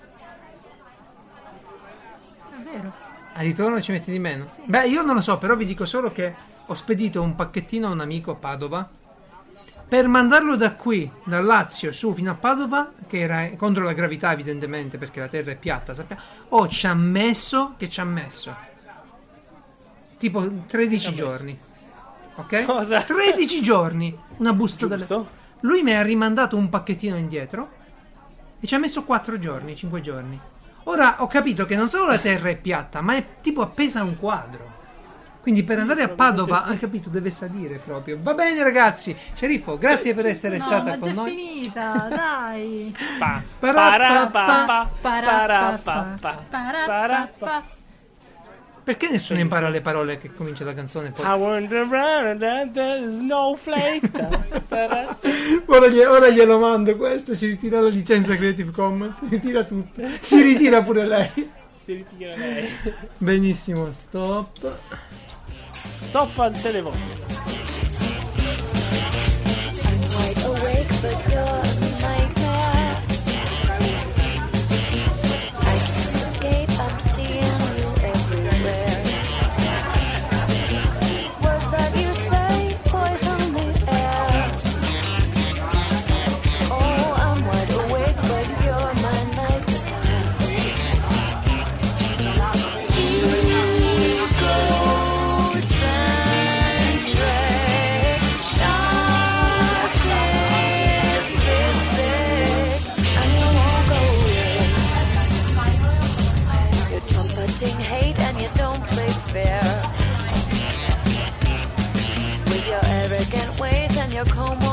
È vero. Al ritorno ci metti di meno? Beh, io non lo so, però vi dico solo che ho spedito un pacchettino a un amico a Padova per mandarlo da qui, dal Lazio, su fino a Padova, che era contro la gravità evidentemente, perché la terra è piatta, sappiamo. Oh, ci ha messo, che ci ha messo? Tipo tredici Ci ha messo? giorni. Ok? Cosa? tredici giorni, una busta dalle... Giusto? Lui mi ha rimandato un pacchettino indietro e ci ha messo quattro giorni, cinque giorni. Ora ho capito che non solo la terra è piatta, ma è tipo appesa a un quadro. Quindi per Sì, andare a probabilmente Padova, sì. hai capito, deve salire proprio. Va bene ragazzi, Sceriffo, grazie per essere No, stata ma con già noi. finita, dai. Pa, Parappa, para, pa, pa, para, pa, Parappa, pa, para, pa. parappa. Perché nessuno impara le parole che comincia la canzone poi? I wonder around the snowflake. Ta, ta, ta. Ora, glie- ora glielo mando questo, ci ritira la licenza Creative Commons, si ritira tutto. Si ritira pure lei. Si ritira lei. Benissimo, stop. Stop al televoto. I'm wide awake, but you're a nightmare. I can't escape, I'm seeing you everywhere. Words that you say poison the air. Oh, I'm wide awake, but you're my nightmare. Hate and you don't play fair with your arrogant ways and your comb